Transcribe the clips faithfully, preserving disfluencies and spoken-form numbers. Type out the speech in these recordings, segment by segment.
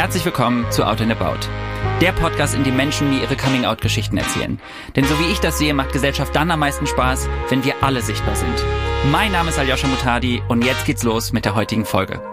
Herzlich willkommen zu Out and About. Der Podcast, in dem Menschen mir ihre Coming-out-Geschichten erzählen. Denn so wie ich das sehe, macht Gesellschaft dann am meisten Spaß, wenn wir alle sichtbar sind. Mein Name ist Aljoscha Mutadi und jetzt geht's los mit der heutigen Folge.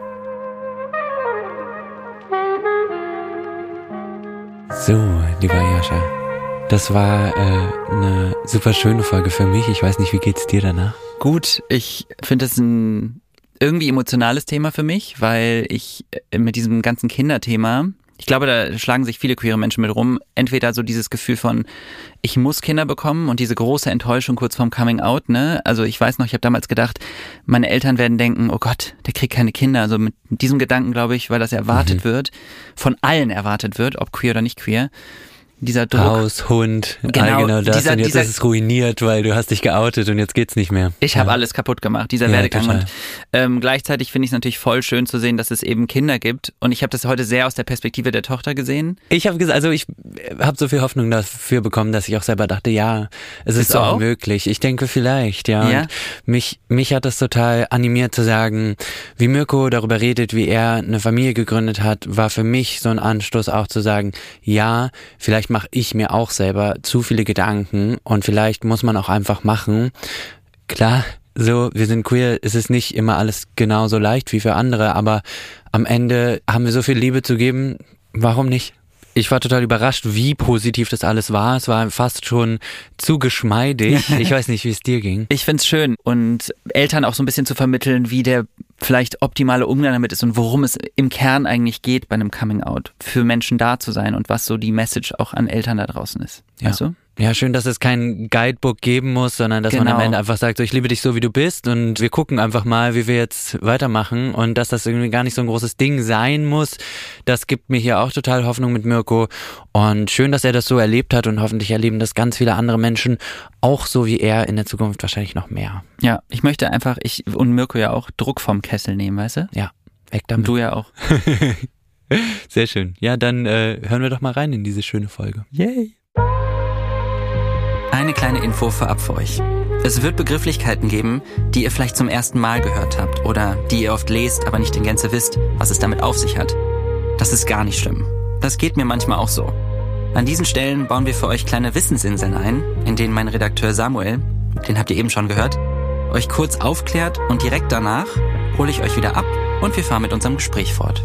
So, lieber Aljoscha, das war äh, eine super schöne Folge für mich. Ich weiß nicht, wie geht's dir danach? Gut, ich finde es ein irgendwie emotionales Thema für mich, weil ich mit diesem ganzen Kinderthema, ich glaube, da schlagen sich viele queere Menschen mit rum, entweder so dieses Gefühl von, ich muss Kinder bekommen und diese große Enttäuschung kurz vorm Coming Out, ne? Also ich weiß noch, ich habe damals gedacht, meine Eltern werden denken, oh Gott, der kriegt keine Kinder. Also mit diesem Gedanken, glaube ich, weil das erwartet mhm. wird, von allen erwartet wird, ob queer oder nicht queer. Dieser Druck. Haus, Hund, genau, all genau das. Dieser, und jetzt dieser, ist es ruiniert, weil du hast dich geoutet und jetzt geht's nicht mehr. Ich ja. habe alles kaputt gemacht, dieser ja, Werdegang. Total. Und ähm, gleichzeitig finde ich es natürlich voll schön zu sehen, dass es eben Kinder gibt. Und ich habe das heute sehr aus der Perspektive der Tochter gesehen. Ich habe gesagt, also ich habe so viel Hoffnung dafür bekommen, dass ich auch selber dachte, ja, es ist auch, auch möglich. Ich denke vielleicht, ja. ja? Und mich, mich hat das total animiert zu sagen, wie Mirko darüber redet, wie er eine Familie gegründet hat, war für mich so ein Anstoß auch zu sagen, ja, vielleicht mache ich mir auch selber zu viele Gedanken und vielleicht muss man auch einfach machen. Klar, so, wir sind queer, es ist nicht immer alles genauso leicht wie für andere, aber am Ende haben wir so viel Liebe zu geben, warum nicht? Ich war total überrascht, wie positiv das alles war. Es war fast schon zu geschmeidig. Ich weiß nicht, wie es dir ging. Ich find's schön und Eltern auch so ein bisschen zu vermitteln, wie der vielleicht optimale Umgang damit ist und worum es im Kern eigentlich geht bei einem Coming-out. Für Menschen da zu sein und was so die Message auch an Eltern da draußen ist. Ja. Weißt du? Ja, schön, dass es kein Guidebook geben muss, sondern dass genau. man am Ende einfach sagt, so, ich liebe dich so, wie du bist und wir gucken einfach mal, wie wir jetzt weitermachen und dass das irgendwie gar nicht so ein großes Ding sein muss, das gibt mir hier auch total Hoffnung mit Mirko und schön, dass er das so erlebt hat und hoffentlich erleben das ganz viele andere Menschen auch so wie er in der Zukunft wahrscheinlich noch mehr. Ja, ich möchte einfach, ich und Mirko ja auch Druck vom Kessel nehmen, weißt du? Ja, weg damit. Und du ja auch. Sehr schön. Ja, dann äh, hören wir doch mal rein in diese schöne Folge. Yay! Eine kleine Info vorab für euch. Es wird Begrifflichkeiten geben, die ihr vielleicht zum ersten Mal gehört habt oder die ihr oft lest, aber nicht in Gänze wisst, was es damit auf sich hat. Das ist gar nicht schlimm. Das geht mir manchmal auch so. An diesen Stellen bauen wir für euch kleine Wissensinseln ein, in denen mein Redakteur Samuel, den habt ihr eben schon gehört, euch kurz aufklärt und direkt danach hole ich euch wieder ab und wir fahren mit unserem Gespräch fort.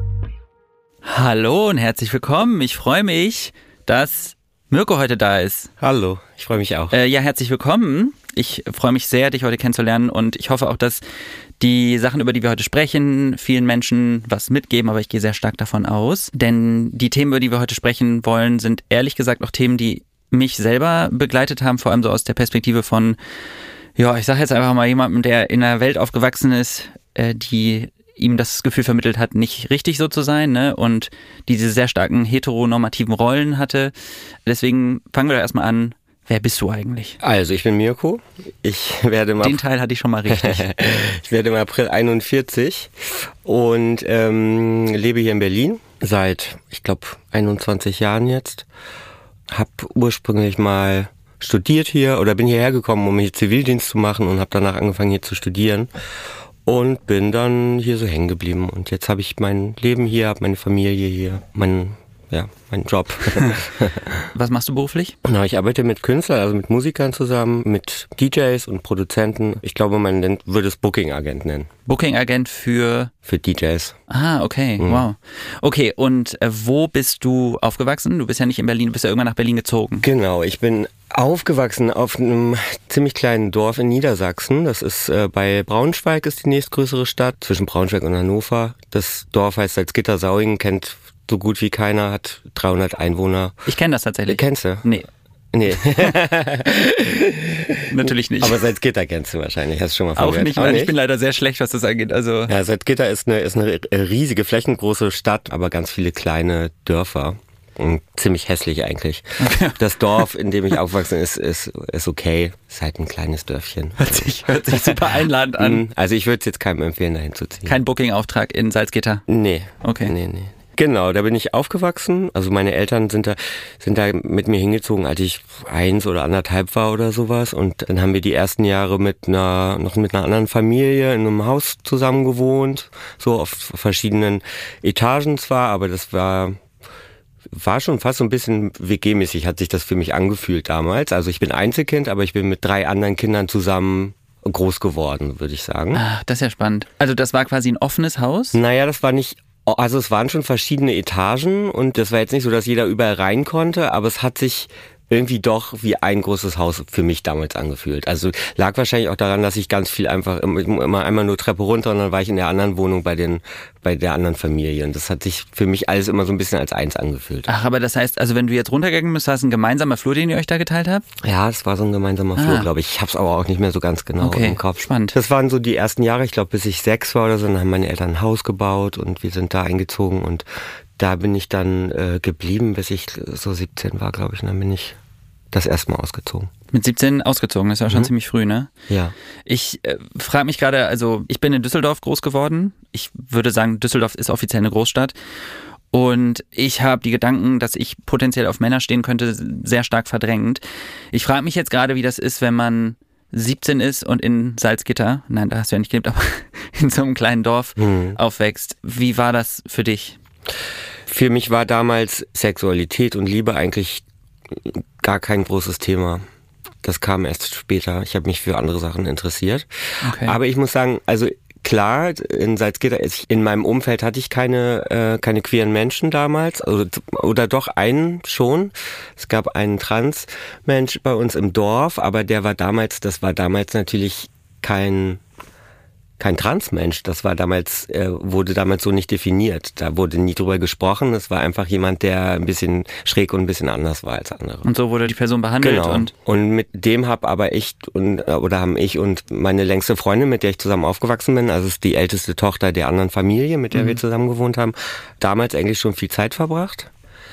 Hallo und herzlich willkommen. Ich freue mich, dass Mirko heute da ist. Hallo, ich freue mich auch. Äh, ja, herzlich willkommen. Ich freue mich sehr, dich heute kennenzulernen und ich hoffe auch, dass die Sachen, über die wir heute sprechen, vielen Menschen was mitgeben, aber ich gehe sehr stark davon aus. Denn die Themen, über die wir heute sprechen wollen, sind ehrlich gesagt auch Themen, die mich selber begleitet haben, vor allem so aus der Perspektive von, ja, ich sage jetzt einfach mal jemandem, der in einer Welt aufgewachsen ist, äh, die ihm das Gefühl vermittelt hat, nicht richtig so zu sein, ne? Und diese sehr starken heteronormativen Rollen hatte. Deswegen fangen wir da erstmal an. Wer bist du eigentlich? Also, ich bin Mirko. Ich werde im Den Teil hatte ich schon mal richtig. Ich werde im April einundvierzig und ähm, lebe hier in Berlin seit, ich glaube, einundzwanzig Jahren jetzt. Hab ursprünglich mal studiert hier oder bin hierher gekommen, um hier Zivildienst zu machen und habe danach angefangen hier zu studieren. Und bin dann hier so hängen geblieben. Und jetzt habe ich mein Leben hier, habe meine Familie hier, mein, ja, meinen Job. Was machst du beruflich? Na, ich arbeite mit Künstlern, also mit Musikern zusammen, mit D Js und Produzenten. Ich glaube, man nennt, würde es Booking-Agent nennen. Booking-Agent für? Für D Js. Ah, okay, mhm. Wow. Okay, und äh, wo bist du aufgewachsen? Du bist ja nicht in Berlin, du bist ja irgendwann nach Berlin gezogen. Genau, ich bin aufgewachsen auf einem ziemlich kleinen Dorf in Niedersachsen. Das ist äh, bei Braunschweig, ist die nächstgrößere Stadt, zwischen Braunschweig und Hannover. Das Dorf heißt Salzgitter-Sauingen, kennt so gut wie keiner, hat dreihundert Einwohner. Ich kenne das tatsächlich. Kennst du? Nee. Nee. Natürlich nicht. Aber Salzgitter kennst du wahrscheinlich, hast du schon mal von Auch gehört. nicht, weil ich bin leider sehr schlecht, was das angeht. Also ja, Salzgitter ist eine, ist eine riesige, flächengroße Stadt, aber ganz viele kleine Dörfer. Und ziemlich hässlich eigentlich. Okay. Das Dorf, in dem ich aufgewachsen bin, ist, ist, ist okay. Ist halt ein kleines Dörfchen. Hört sich, hört sich super einladend an. Also ich würde es jetzt keinem empfehlen, dahin zu ziehen. Kein Booking-Auftrag in Salzgitter? Nee. Okay. Nee, nee. Genau, da bin ich aufgewachsen. Also meine Eltern sind da, sind da mit mir hingezogen, als ich eins oder anderthalb war oder sowas. Und dann haben wir die ersten Jahre mit einer, noch mit einer anderen Familie in einem Haus zusammen gewohnt. So auf verschiedenen Etagen zwar, aber das war, war schon fast so ein bisschen W G-mäßig, hat sich das für mich angefühlt damals. Also ich bin Einzelkind, aber ich bin mit drei anderen Kindern zusammen groß geworden, würde ich sagen. Ach, das ist ja spannend. Also das war quasi ein offenes Haus? Naja, das war nicht, also es waren schon verschiedene Etagen und das war jetzt nicht so, dass jeder überall rein konnte, aber es hat sich irgendwie doch wie ein großes Haus für mich damals angefühlt. Also lag wahrscheinlich auch daran, dass ich ganz viel einfach immer einmal nur Treppe runter und dann war ich in der anderen Wohnung bei den bei der anderen Familie. Und das hat sich für mich alles immer so ein bisschen als eins angefühlt. Ach, aber das heißt, also wenn du jetzt runtergegangen bist, war es ein gemeinsamer Flur, den ihr euch da geteilt habt? Ja, es war so ein gemeinsamer ah. Flur, glaube ich. Ich habe es aber auch nicht mehr so ganz genau okay. im Kopf. Spannend. Das waren so die ersten Jahre, ich glaube, bis ich sechs war oder so, dann haben meine Eltern ein Haus gebaut und wir sind da eingezogen und da bin ich dann äh, geblieben, bis ich so siebzehn war, glaube ich, und dann bin ich das erste Mal ausgezogen. Mit siebzehn ausgezogen, das ist ja schon mhm. ziemlich früh, ne? Ja. Ich äh, frage mich gerade, also ich bin in Düsseldorf groß geworden. Ich würde sagen, Düsseldorf ist offiziell eine Großstadt. Und ich habe die Gedanken, dass ich potenziell auf Männer stehen könnte, sehr stark verdrängt. Ich frage mich jetzt gerade, wie das ist, wenn man siebzehn ist und in Salzgitter, nein, da hast du ja nicht gelebt, aber in so einem kleinen Dorf mhm. aufwächst. Wie war das für dich? Für mich war damals Sexualität und Liebe eigentlich gar kein großes Thema. Das kam erst später. Ich habe mich für andere Sachen interessiert. Okay. Aber ich muss sagen, also klar, in Salzgitter, in meinem Umfeld hatte ich keine äh, keine queeren Menschen damals, also, oder doch einen schon. Es gab einen Trans-Mensch bei uns im Dorf, aber der war damals, das war damals natürlich kein kein Transmensch. Das war damals, äh, wurde damals so nicht definiert. Da wurde nie drüber gesprochen. Es war einfach jemand, der ein bisschen schräg und ein bisschen anders war als andere. Und so wurde die Person behandelt. Genau. Und, und mit dem hab aber ich und oder haben ich und meine längste Freundin, mit der ich zusammen aufgewachsen bin, also ist die älteste Tochter der anderen Familie, mit der mhm. wir zusammen gewohnt haben, damals eigentlich schon viel Zeit verbracht.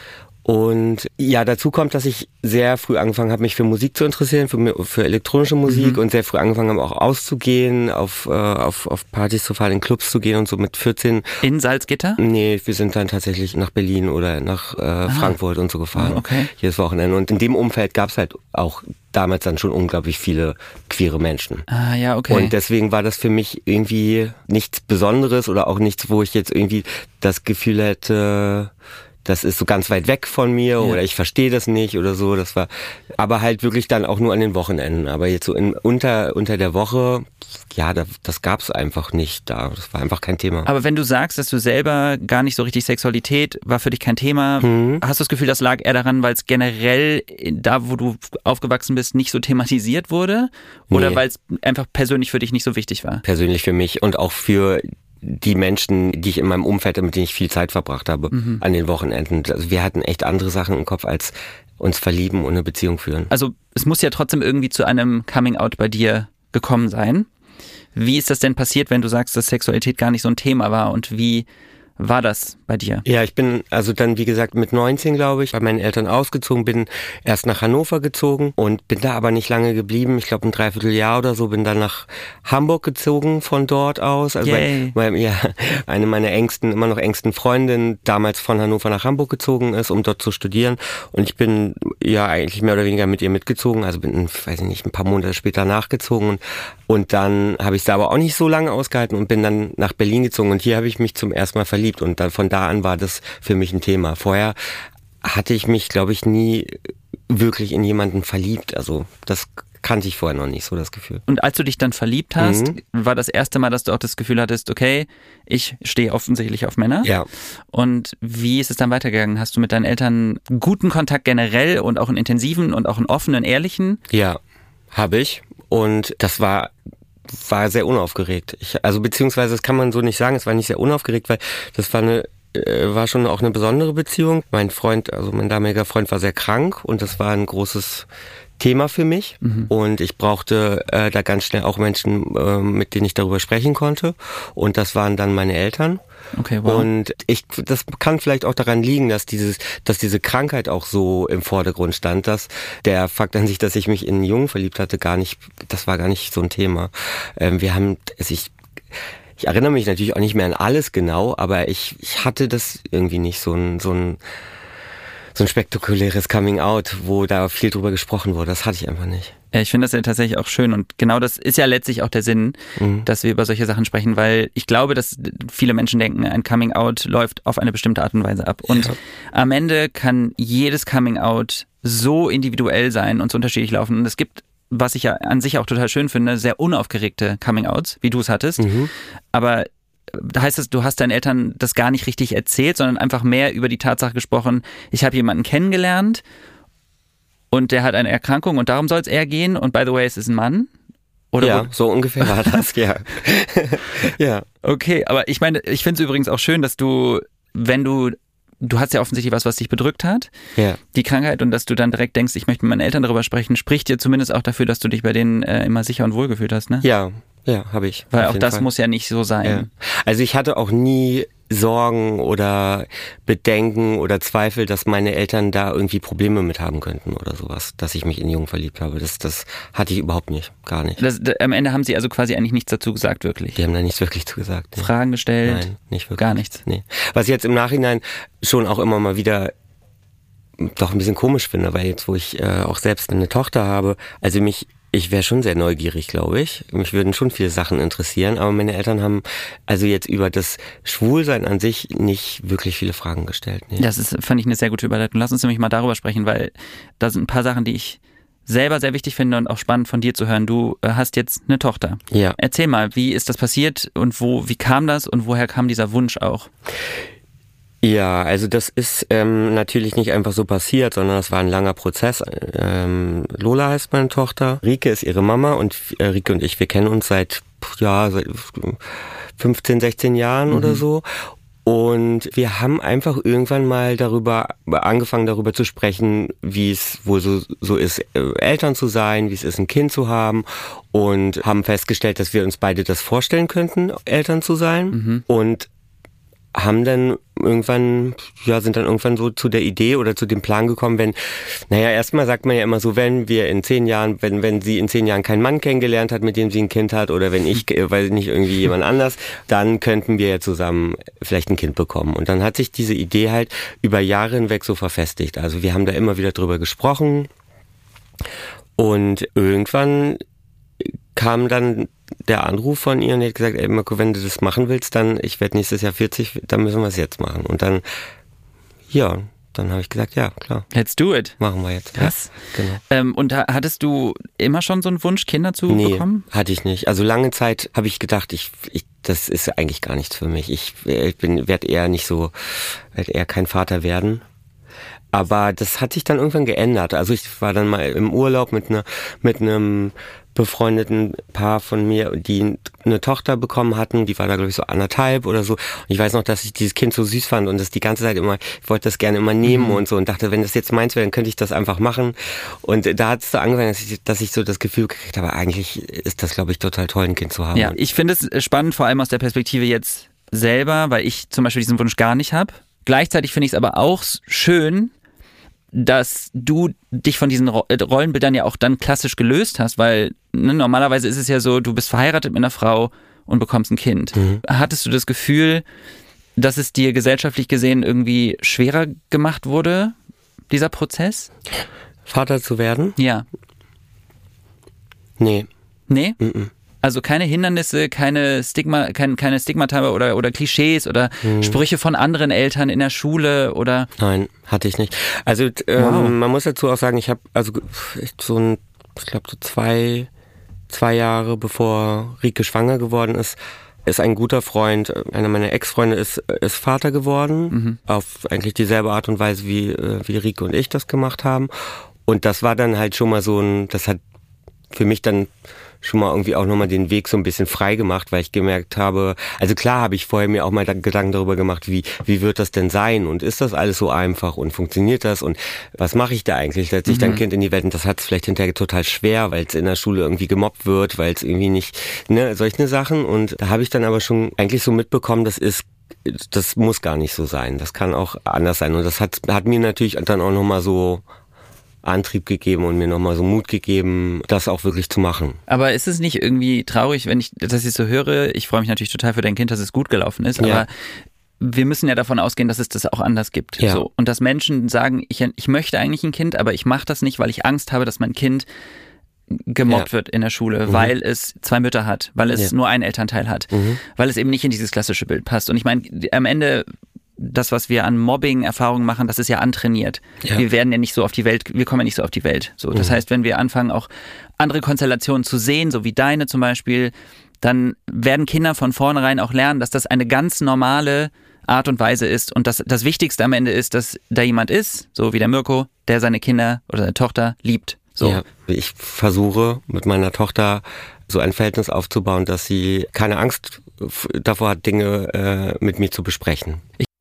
Und ja, dazu kommt, dass ich sehr früh angefangen habe, mich für Musik zu interessieren, für, für elektronische Musik mhm. und sehr früh angefangen habe, auch auszugehen, auf, äh, auf, auf Partys zu fahren, in Clubs zu gehen und so mit vierzehn. In Salzgitter? Nee, wir sind dann tatsächlich nach Berlin oder nach äh, ah. Frankfurt und so gefahren. Oh, okay. Jedes Wochenende. Und in dem Umfeld gab es halt auch damals dann schon unglaublich viele queere Menschen. Ah, ja, okay. Und deswegen war das für mich irgendwie nichts Besonderes oder auch nichts, wo ich jetzt irgendwie das Gefühl hätte, das ist so ganz weit weg von mir ja. oder ich verstehe das nicht oder so. Das war, aber halt wirklich dann auch nur an den Wochenenden. Aber jetzt so in, unter unter der Woche, ja, das, das gab's einfach nicht da. Das war einfach kein Thema. Aber wenn du sagst, dass du selber gar nicht so richtig Sexualität war für dich kein Thema, hm. hast du das Gefühl, das lag eher daran, weil es generell da, wo du aufgewachsen bist, nicht so thematisiert wurde? Oder nee. weil es einfach persönlich für dich nicht so wichtig war? Persönlich für mich und auch für die Menschen, die ich in meinem Umfeld, mit denen ich viel Zeit verbracht habe, mhm. an den Wochenenden. Also wir hatten echt andere Sachen im Kopf, als uns verlieben und eine Beziehung führen. Also es muss ja trotzdem irgendwie zu einem Coming-out bei dir gekommen sein. Wie ist das denn passiert, wenn du sagst, dass Sexualität gar nicht so ein Thema war und wie war das bei dir? Ja, ich bin also dann, wie gesagt, mit neunzehn, glaube ich, bei meinen Eltern ausgezogen, bin erst nach Hannover gezogen und bin da aber nicht lange geblieben. Ich glaube ein Dreivierteljahr oder so, bin dann nach Hamburg gezogen von dort aus. Also weil, weil ja, eine meiner engsten, immer noch engsten Freundinnen damals von Hannover nach Hamburg gezogen ist, um dort zu studieren. Und ich bin ja eigentlich mehr oder weniger mit ihr mitgezogen, also bin, weiß ich nicht, ein paar Monate später nachgezogen. Und, und dann habe ich es da aber auch nicht so lange ausgehalten und bin dann nach Berlin gezogen. Und hier habe ich mich zum ersten Mal verliebt. Und dann von da an war das für mich ein Thema. Vorher hatte ich mich, glaube ich, nie wirklich in jemanden verliebt. Also das kannte ich vorher noch nicht, so das Gefühl. Und als du dich dann verliebt hast, mhm. war das erste Mal, dass du auch das Gefühl hattest, okay, ich stehe offensichtlich auf Männer. Ja. Und wie ist es dann weitergegangen? Hast du mit deinen Eltern guten Kontakt generell und auch einen intensiven und auch einen offenen, ehrlichen? Ja, habe ich. Und das war war sehr unaufgeregt. Ich, also beziehungsweise, das kann man so nicht sagen, es war nicht sehr unaufgeregt, weil das war eine äh, war schon auch eine besondere Beziehung. Mein Freund, also mein damaliger Freund war sehr krank und das war ein großes Thema für mich mhm. und ich brauchte äh, da ganz schnell auch Menschen, äh, mit denen ich darüber sprechen konnte und das waren dann meine Eltern. Okay, wow. Und ich, das kann vielleicht auch daran liegen, dass dieses, dass diese Krankheit auch so im Vordergrund stand, dass der Fakt an sich, dass ich mich in einen Jungen verliebt hatte, gar nicht, das war gar nicht so ein Thema. Ähm, wir haben, also ich, ich erinnere mich natürlich auch nicht mehr an alles genau, aber ich, ich hatte das irgendwie nicht, so ein, so ein, so ein spektakuläres Coming-out, wo da viel drüber gesprochen wurde. Das hatte ich einfach nicht. Ich finde das ja tatsächlich auch schön und genau das ist ja letztlich auch der Sinn, mhm. dass wir über solche Sachen sprechen, weil ich glaube, dass viele Menschen denken, ein Coming-out läuft auf eine bestimmte Art und Weise ab. Und ja. am Ende kann jedes Coming-out so individuell sein und so unterschiedlich laufen. Und es gibt, was ich ja an sich auch total schön finde, sehr unaufgeregte Coming-outs, wie du es hattest. Mhm. Aber heißt das, du hast deinen Eltern das gar nicht richtig erzählt, sondern einfach mehr über die Tatsache gesprochen, ich habe jemanden kennengelernt und der hat eine Erkrankung und darum soll es eher gehen und by the way, es ist ein Mann? Oder ja, wo? So ungefähr war das, ja. ja. Okay, aber ich meine, ich finde es übrigens auch schön, dass du, wenn du, du hast ja offensichtlich was, was dich bedrückt hat, ja. die Krankheit und dass du dann direkt denkst, ich möchte mit meinen Eltern darüber sprechen, spricht dir zumindest auch dafür, dass du dich bei denen äh, immer sicher und wohl gefühlt hast, ne? Ja. Ja, habe ich. Weil auch das Fall. Muss ja nicht so sein. Ja. Also ich hatte auch nie Sorgen oder Bedenken oder Zweifel, dass meine Eltern da irgendwie Probleme mit haben könnten oder sowas, dass ich mich in Jungen verliebt habe. Das, das hatte ich überhaupt nicht, gar nicht. Das, am Ende haben sie also quasi eigentlich nichts dazu gesagt, wirklich? Die haben da nichts wirklich zu gesagt. Nee. Fragen gestellt? Nein, nicht wirklich. Gar nichts? Nee. Was ich jetzt im Nachhinein schon auch immer mal wieder doch ein bisschen komisch finde, weil jetzt, wo ich äh, auch selbst eine Tochter habe, also mich Ich wäre schon sehr neugierig, glaube ich. Mich würden schon viele Sachen interessieren, aber meine Eltern haben also jetzt über das Schwulsein an sich nicht wirklich viele Fragen gestellt. Nee. Das ist, fand ich eine sehr gute Überleitung. Lass uns nämlich mal darüber sprechen, weil da sind ein paar Sachen, die ich selber sehr wichtig finde und auch spannend von dir zu hören. Du hast jetzt eine Tochter. Ja. Erzähl mal, wie ist das passiert und wo, wie kam das und woher kam dieser Wunsch auch? Ja, also das ist ähm, natürlich nicht einfach so passiert, sondern das war ein langer Prozess. Ähm, Lola heißt meine Tochter, Rike ist ihre Mama und äh, Rike und ich, wir kennen uns seit, ja, seit fünfzehn, sechzehn Jahren mhm. oder so. Und wir haben einfach irgendwann mal darüber angefangen, darüber zu sprechen, wie es wohl so, so ist, Eltern zu sein, wie es ist, ein Kind zu haben. Und haben festgestellt, dass wir uns beide das vorstellen könnten, Eltern zu sein. Mhm. Und haben dann irgendwann, ja, sind dann irgendwann so zu der Idee oder zu dem Plan gekommen, wenn, naja, erstmal sagt man ja immer so, wenn wir in zehn Jahren, wenn, wenn sie in zehn Jahren keinen Mann kennengelernt hat, mit dem sie ein Kind hat, oder wenn ich, weiß nicht, irgendwie jemand anders, dann könnten wir ja zusammen vielleicht ein Kind bekommen. Und dann hat sich diese Idee halt über Jahre hinweg so verfestigt. Also wir haben da immer wieder drüber gesprochen und irgendwann kam dann der Anruf von ihr und die hat gesagt, ey Mirko, wenn du das machen willst, dann, ich werde nächstes Jahr vierzig, dann müssen wir es jetzt machen. Und dann, ja, dann habe ich gesagt, ja, klar. Let's do it. Machen wir jetzt. Krass. Ja, genau. Ähm, und hattest du immer schon so einen Wunsch, Kinder zu nee, bekommen? Hatte ich nicht. Also lange Zeit habe ich gedacht, ich, ich, das ist eigentlich gar nichts für mich. Ich, ich bin, werde eher nicht so, werde eher kein Vater werden. Aber das hat sich dann irgendwann geändert. Also ich war dann mal im Urlaub mit einer, mit einem befreundeten Paar von mir, die eine Tochter bekommen hatten, die war da glaube ich so anderthalb oder so. Und ich weiß noch, dass ich dieses Kind so süß fand und das die ganze Zeit immer, ich wollte das gerne immer nehmen mhm. und so und dachte, wenn das jetzt meins wäre, dann könnte ich das einfach machen. Und da hat es so angefangen, dass ich, dass ich so das Gefühl gekriegt habe, eigentlich ist das glaube ich total toll, ein Kind zu haben. Ja, ich finde es spannend, vor allem aus der Perspektive jetzt selber, weil ich zum Beispiel diesen Wunsch gar nicht habe. Gleichzeitig finde ich es aber auch schön, dass du dich von diesen Rollenbildern ja auch dann klassisch gelöst hast, weil ne, normalerweise ist es ja so, du bist verheiratet mit einer Frau und bekommst ein Kind. Mhm. Hattest du das Gefühl, dass es dir gesellschaftlich gesehen irgendwie schwerer gemacht wurde, dieser Prozess? Vater zu werden? Ja. Nee. Nee? Mhm. Also keine Hindernisse, keine Stigma, kein, keine Stigmata oder, oder Klischees oder hm. Sprüche von anderen Eltern in der Schule oder? Nein, hatte ich nicht. Also ähm, wow. Man muss dazu auch sagen, ich habe also so ein, ich glaube so zwei, zwei Jahre bevor Rike schwanger geworden ist, ist ein guter Freund, einer meiner Ex-Freunde ist, ist Vater geworden, mhm. auf eigentlich dieselbe Art und Weise wie, wie Rike und ich das gemacht haben. Und das war dann halt schon mal so ein, das hat für mich dann schon mal irgendwie auch nochmal den Weg so ein bisschen frei gemacht, weil ich gemerkt habe, also klar habe ich vorher mir auch mal Gedanken darüber gemacht, wie wie wird das denn sein und ist das alles so einfach und funktioniert das und was mache ich da eigentlich? Setze ich mhm. dann Kind in die Welt und das hat es vielleicht hinterher total schwer, weil es in der Schule irgendwie gemobbt wird, weil es irgendwie nicht, ne, solche Sachen und da habe ich dann aber schon eigentlich so mitbekommen, das ist das muss gar nicht so sein, das kann auch anders sein und das hat hat mir natürlich dann auch nochmal so Antrieb gegeben und mir nochmal so Mut gegeben, das auch wirklich zu machen. Aber ist es nicht irgendwie traurig, wenn ich das jetzt so höre? Ich freue mich natürlich total für dein Kind, dass es gut gelaufen ist, Ja. aber wir müssen ja davon ausgehen, dass es das auch anders gibt. Ja. So. Und dass Menschen sagen, ich, ich möchte eigentlich ein Kind, aber ich mache das nicht, weil ich Angst habe, dass mein Kind gemobbt Ja. wird in der Schule, Mhm. weil es zwei Mütter hat, weil es Ja. nur einen Elternteil hat, Mhm. weil es eben nicht in dieses klassische Bild passt. Und ich meine, am Ende, das, was wir an Mobbing-Erfahrungen machen, das ist ja antrainiert. Ja. Wir werden ja nicht so auf die Welt, wir kommen ja nicht so auf die Welt. So, das Mhm. heißt, wenn wir anfangen, auch andere Konstellationen zu sehen, so wie deine zum Beispiel, dann werden Kinder von vornherein auch lernen, dass das eine ganz normale Art und Weise ist und dass das Wichtigste am Ende ist, dass da jemand ist, so wie der Mirko, der seine Kinder oder seine Tochter liebt. So. Ja, ich versuche mit meiner Tochter so ein Verhältnis aufzubauen, dass sie keine Angst f- davor hat, Dinge äh, mit mir zu besprechen.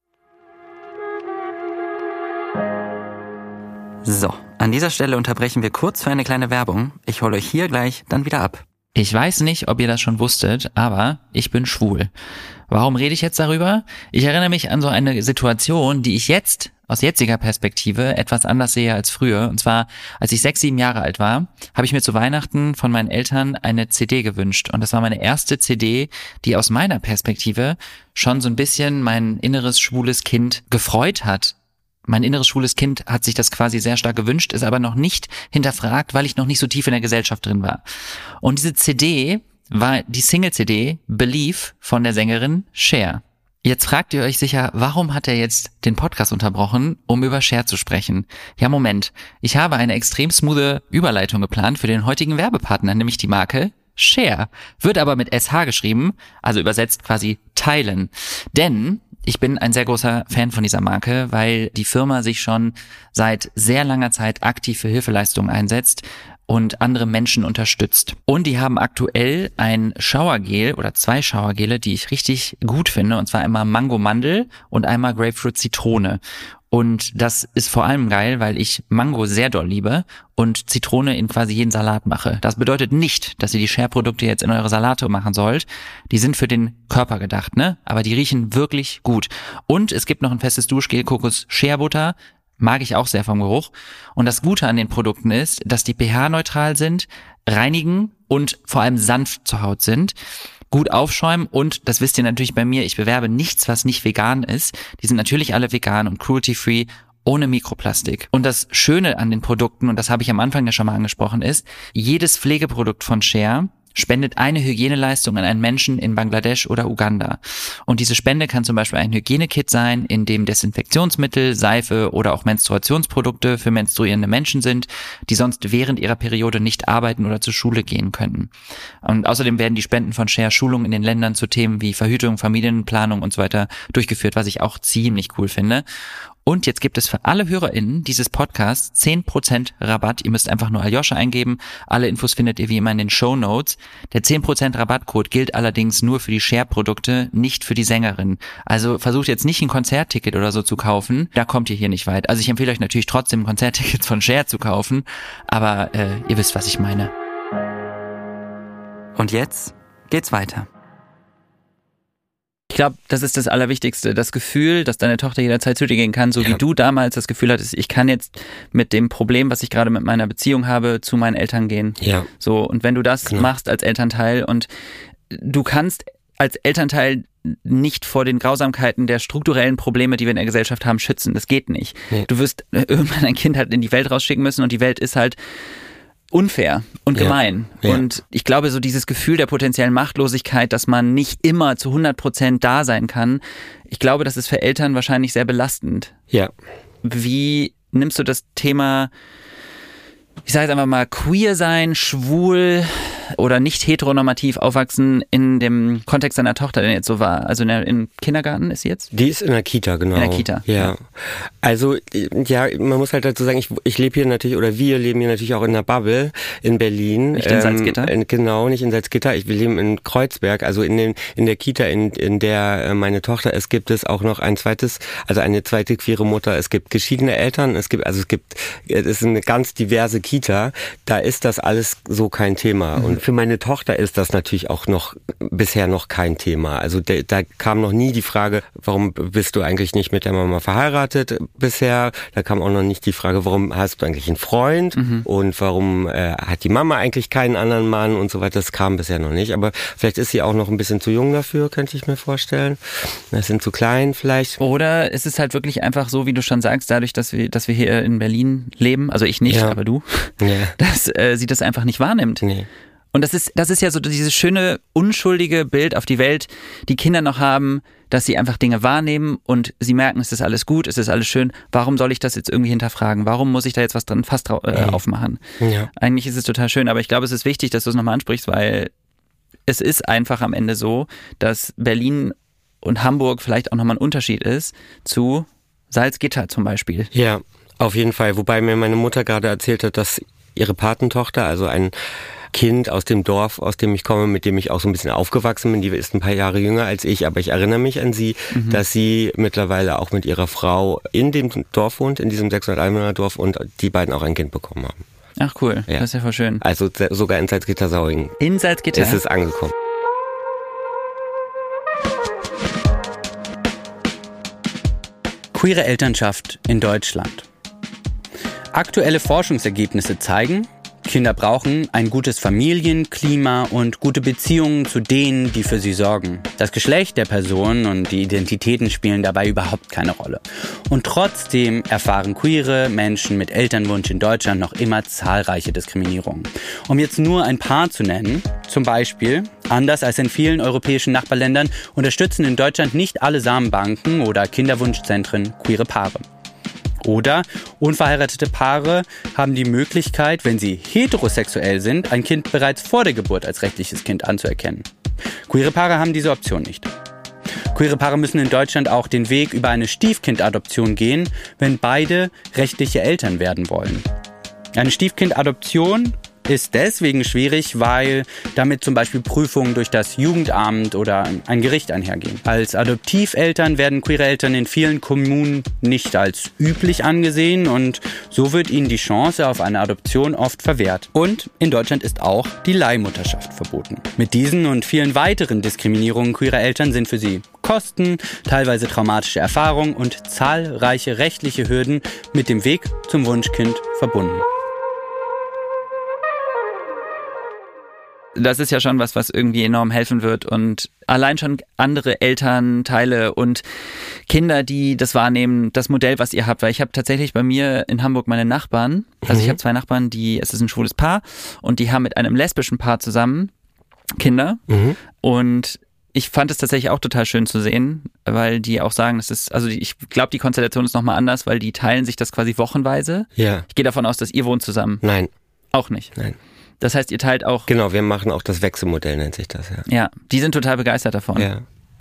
So, an dieser Stelle unterbrechen wir kurz für eine kleine Werbung. Ich hole euch hier gleich dann wieder ab. Ich weiß nicht, ob ihr das schon wusstet, aber ich bin schwul. Warum rede ich jetzt darüber? Ich erinnere mich an so eine Situation, die ich jetzt aus jetziger Perspektive etwas anders sehe als früher. Und zwar, als ich sechs, sieben Jahre alt war, habe ich mir zu Weihnachten von meinen Eltern eine C D gewünscht. Und das war meine erste C D, die aus meiner Perspektive schon so ein bisschen mein inneres schwules Kind gefreut hat. Mein inneres schwules Kind hat sich das quasi sehr stark gewünscht, ist aber noch nicht hinterfragt, weil ich noch nicht so tief in der Gesellschaft drin war. Und diese C D war die Single-C D Believe von der Sängerin Cher. Jetzt fragt ihr euch sicher, warum hat er jetzt den Podcast unterbrochen, um über Cher zu sprechen? Ja, Moment. Ich habe eine extrem smoothe Überleitung geplant für den heutigen Werbepartner, nämlich die Marke Cher. Wird aber mit S H geschrieben, also übersetzt quasi teilen. Denn ich bin ein sehr großer Fan von dieser Marke, weil die Firma sich schon seit sehr langer Zeit aktiv für Hilfeleistungen einsetzt und andere Menschen unterstützt. Und die haben aktuell ein Showergel oder zwei Showergele, die ich richtig gut finde, und zwar einmal Mango Mandel und einmal Grapefruit Zitrone. Und das ist vor allem geil, weil ich Mango sehr doll liebe und Zitrone in quasi jeden Salat mache. Das bedeutet nicht, dass ihr die Cher-Produkte jetzt in eure Salate machen sollt. Die sind für den Körper gedacht, ne? Aber die riechen wirklich gut. Und es gibt noch ein festes Duschgel, Kokos Shea Butter. Mag ich auch sehr vom Geruch. Und das Gute an den Produkten ist, dass die pH-neutral sind, reinigen und vor allem sanft zur Haut sind, gut aufschäumen und, das wisst ihr natürlich bei mir, ich bewerbe nichts, was nicht vegan ist. Die sind natürlich alle vegan und cruelty-free, ohne Mikroplastik. Und das Schöne an den Produkten, und das habe ich am Anfang ja schon mal angesprochen, ist, jedes Pflegeprodukt von Cher spendet eine Hygieneleistung an einen Menschen in Bangladesch oder Uganda. Und diese Spende kann zum Beispiel ein Hygienekit sein, in dem Desinfektionsmittel, Seife oder auch Menstruationsprodukte für menstruierende Menschen sind, die sonst während ihrer Periode nicht arbeiten oder zur Schule gehen könnten. Und außerdem werden die Spenden von Cher Schulungen in den Ländern zu Themen wie Verhütung, Familienplanung und so weiter durchgeführt, was ich auch ziemlich cool finde. Und jetzt gibt es für alle HörerInnen dieses Podcasts zehn Prozent Rabatt. Ihr müsst einfach nur Aljoscha eingeben. Alle Infos findet ihr wie immer in den Shownotes. Der zehn Prozent Rabattcode gilt allerdings nur für die Cher-Produkte, nicht für die Sängerin. Also versucht jetzt nicht ein Konzertticket oder so zu kaufen. Da kommt ihr hier nicht weit. Also ich empfehle euch natürlich trotzdem Konzerttickets von Cher zu kaufen. Aber äh, ihr wisst, was ich meine. Und jetzt geht's weiter. Ich glaube, das ist das Allerwichtigste. Das Gefühl, dass deine Tochter jederzeit zu dir gehen kann, so Ja. wie du damals das Gefühl hattest, ich kann jetzt mit dem Problem, was ich gerade mit meiner Beziehung habe, zu meinen Eltern gehen. Ja. So, und wenn du das Genau. machst als Elternteil und du kannst als Elternteil nicht vor den Grausamkeiten der strukturellen Probleme, die wir in der Gesellschaft haben, schützen. Das geht nicht. Nee. Du wirst irgendwann ein Kind halt in die Welt rausschicken müssen und die Welt ist halt unfair und Ja. gemein. Ja. Und ich glaube, so dieses Gefühl der potenziellen Machtlosigkeit, dass man nicht immer zu hundert Prozent da sein kann, ich glaube, das ist für Eltern wahrscheinlich sehr belastend. Ja. Wie nimmst du das Thema, ich sage jetzt einfach mal, queer sein, schwul oder nicht heteronormativ aufwachsen in dem Kontext deiner Tochter denn jetzt so wahr? Also in der, im Kindergarten ist sie jetzt? Die ist in der Kita, genau. In der Kita, Ja. ja. Also, ja, man muss halt dazu sagen, ich, ich lebe hier natürlich, oder wir leben hier natürlich auch in der Bubble in Berlin. Nicht in Salzgitter? In, genau, nicht in Salzgitter. Ich, wir leben in Kreuzberg, also in, den, in der Kita, in, in der äh, meine Tochter ist, gibt es auch noch ein zweites, also eine zweite queere Mutter. Es gibt geschiedene Eltern, es gibt, also es gibt, es ist eine ganz diverse Kita. Da ist das alles so kein Thema. Mhm. Und für meine Tochter ist das natürlich auch noch bisher noch kein Thema. Also de, da kam noch nie die Frage, warum bist du eigentlich nicht mit der Mama verheiratet bisher? Da kam auch noch nicht die Frage, warum hast du eigentlich einen Freund? Mhm. Und warum äh, hat die Mama eigentlich keinen anderen Mann und so weiter? Das kam bisher noch nicht. Aber vielleicht ist sie auch noch ein bisschen zu jung dafür, könnte ich mir vorstellen. Das sind zu klein vielleicht. Oder ist es halt wirklich einfach so, wie du schon sagst, dadurch, dass wir, dass wir hier in Berlin leben, also ich nicht, ja. aber du, ja. dass äh, sie das einfach nicht wahrnimmt. Nee. Und das ist, das ist ja so dieses schöne, unschuldige Bild auf die Welt, die Kinder noch haben, dass sie einfach Dinge wahrnehmen und sie merken, es ist alles gut, es ist alles schön. Warum soll ich das jetzt irgendwie hinterfragen? Warum muss ich da jetzt was dran fast äh, aufmachen? Ja. Eigentlich ist es total schön, aber ich glaube, es ist wichtig, dass du es nochmal ansprichst, weil es ist einfach am Ende so, dass Berlin und Hamburg vielleicht auch nochmal ein Unterschied ist zu Salzgitter zum Beispiel. Ja, auf jeden Fall. Wobei mir meine Mutter gerade erzählt hat, dass ihre Patentochter, also ein Kind aus dem Dorf, aus dem ich komme, mit dem ich auch so ein bisschen aufgewachsen bin, die ist ein paar Jahre jünger als ich, aber ich erinnere mich an sie, mhm. dass sie mittlerweile auch mit ihrer Frau in dem Dorf wohnt, in diesem sechshundert Einwohner Dorf und die beiden auch ein Kind bekommen haben. Ach cool, ja. Das ist ja voll schön. Also sogar in Salzgitter-Sauingen. In Salzgitter? Ist es angekommen. Queere Elternschaft in Deutschland. Aktuelle Forschungsergebnisse zeigen, Kinder brauchen ein gutes Familienklima und gute Beziehungen zu denen, die für sie sorgen. Das Geschlecht der Person und die Identitäten spielen dabei überhaupt keine Rolle. Und trotzdem erfahren queere Menschen mit Elternwunsch in Deutschland noch immer zahlreiche Diskriminierungen. Um jetzt nur ein paar zu nennen, zum Beispiel, anders als in vielen europäischen Nachbarländern, unterstützen in Deutschland nicht alle Samenbanken oder Kinderwunschzentren queere Paare. Oder unverheiratete Paare haben die Möglichkeit, wenn sie heterosexuell sind, ein Kind bereits vor der Geburt als rechtliches Kind anzuerkennen. Queere Paare haben diese Option nicht. Queere Paare müssen in Deutschland auch den Weg über eine Stiefkindadoption gehen, wenn beide rechtliche Eltern werden wollen. Eine Stiefkindadoption ist deswegen schwierig, weil damit zum Beispiel Prüfungen durch das Jugendamt oder ein Gericht einhergehen. Als Adoptiveltern werden queere Eltern in vielen Kommunen nicht als üblich angesehen und so wird ihnen die Chance auf eine Adoption oft verwehrt. Und in Deutschland ist auch die Leihmutterschaft verboten. Mit diesen und vielen weiteren Diskriminierungen queerer Eltern sind für sie Kosten, teilweise traumatische Erfahrungen und zahlreiche rechtliche Hürden mit dem Weg zum Wunschkind verbunden. Das ist ja schon was, was irgendwie enorm helfen wird und allein schon andere Elternteile und Kinder, die das wahrnehmen, das Modell, was ihr habt, weil ich habe tatsächlich bei mir in Hamburg meine Nachbarn, also mhm. ich habe zwei Nachbarn, die, es ist ein schwules Paar und die haben mit einem lesbischen Paar zusammen Kinder mhm. und ich fand es tatsächlich auch total schön zu sehen, weil die auch sagen, das ist, also ich glaube, die Konstellation ist nochmal anders, weil die teilen sich das quasi wochenweise. Ja. Ich gehe davon aus, dass ihr wohnt zusammen. Nein. Auch nicht? Nein. Das heißt, ihr teilt auch... Genau, wir machen auch das Wechselmodell, nennt sich das, ja. Ja, die sind total begeistert davon. Ja,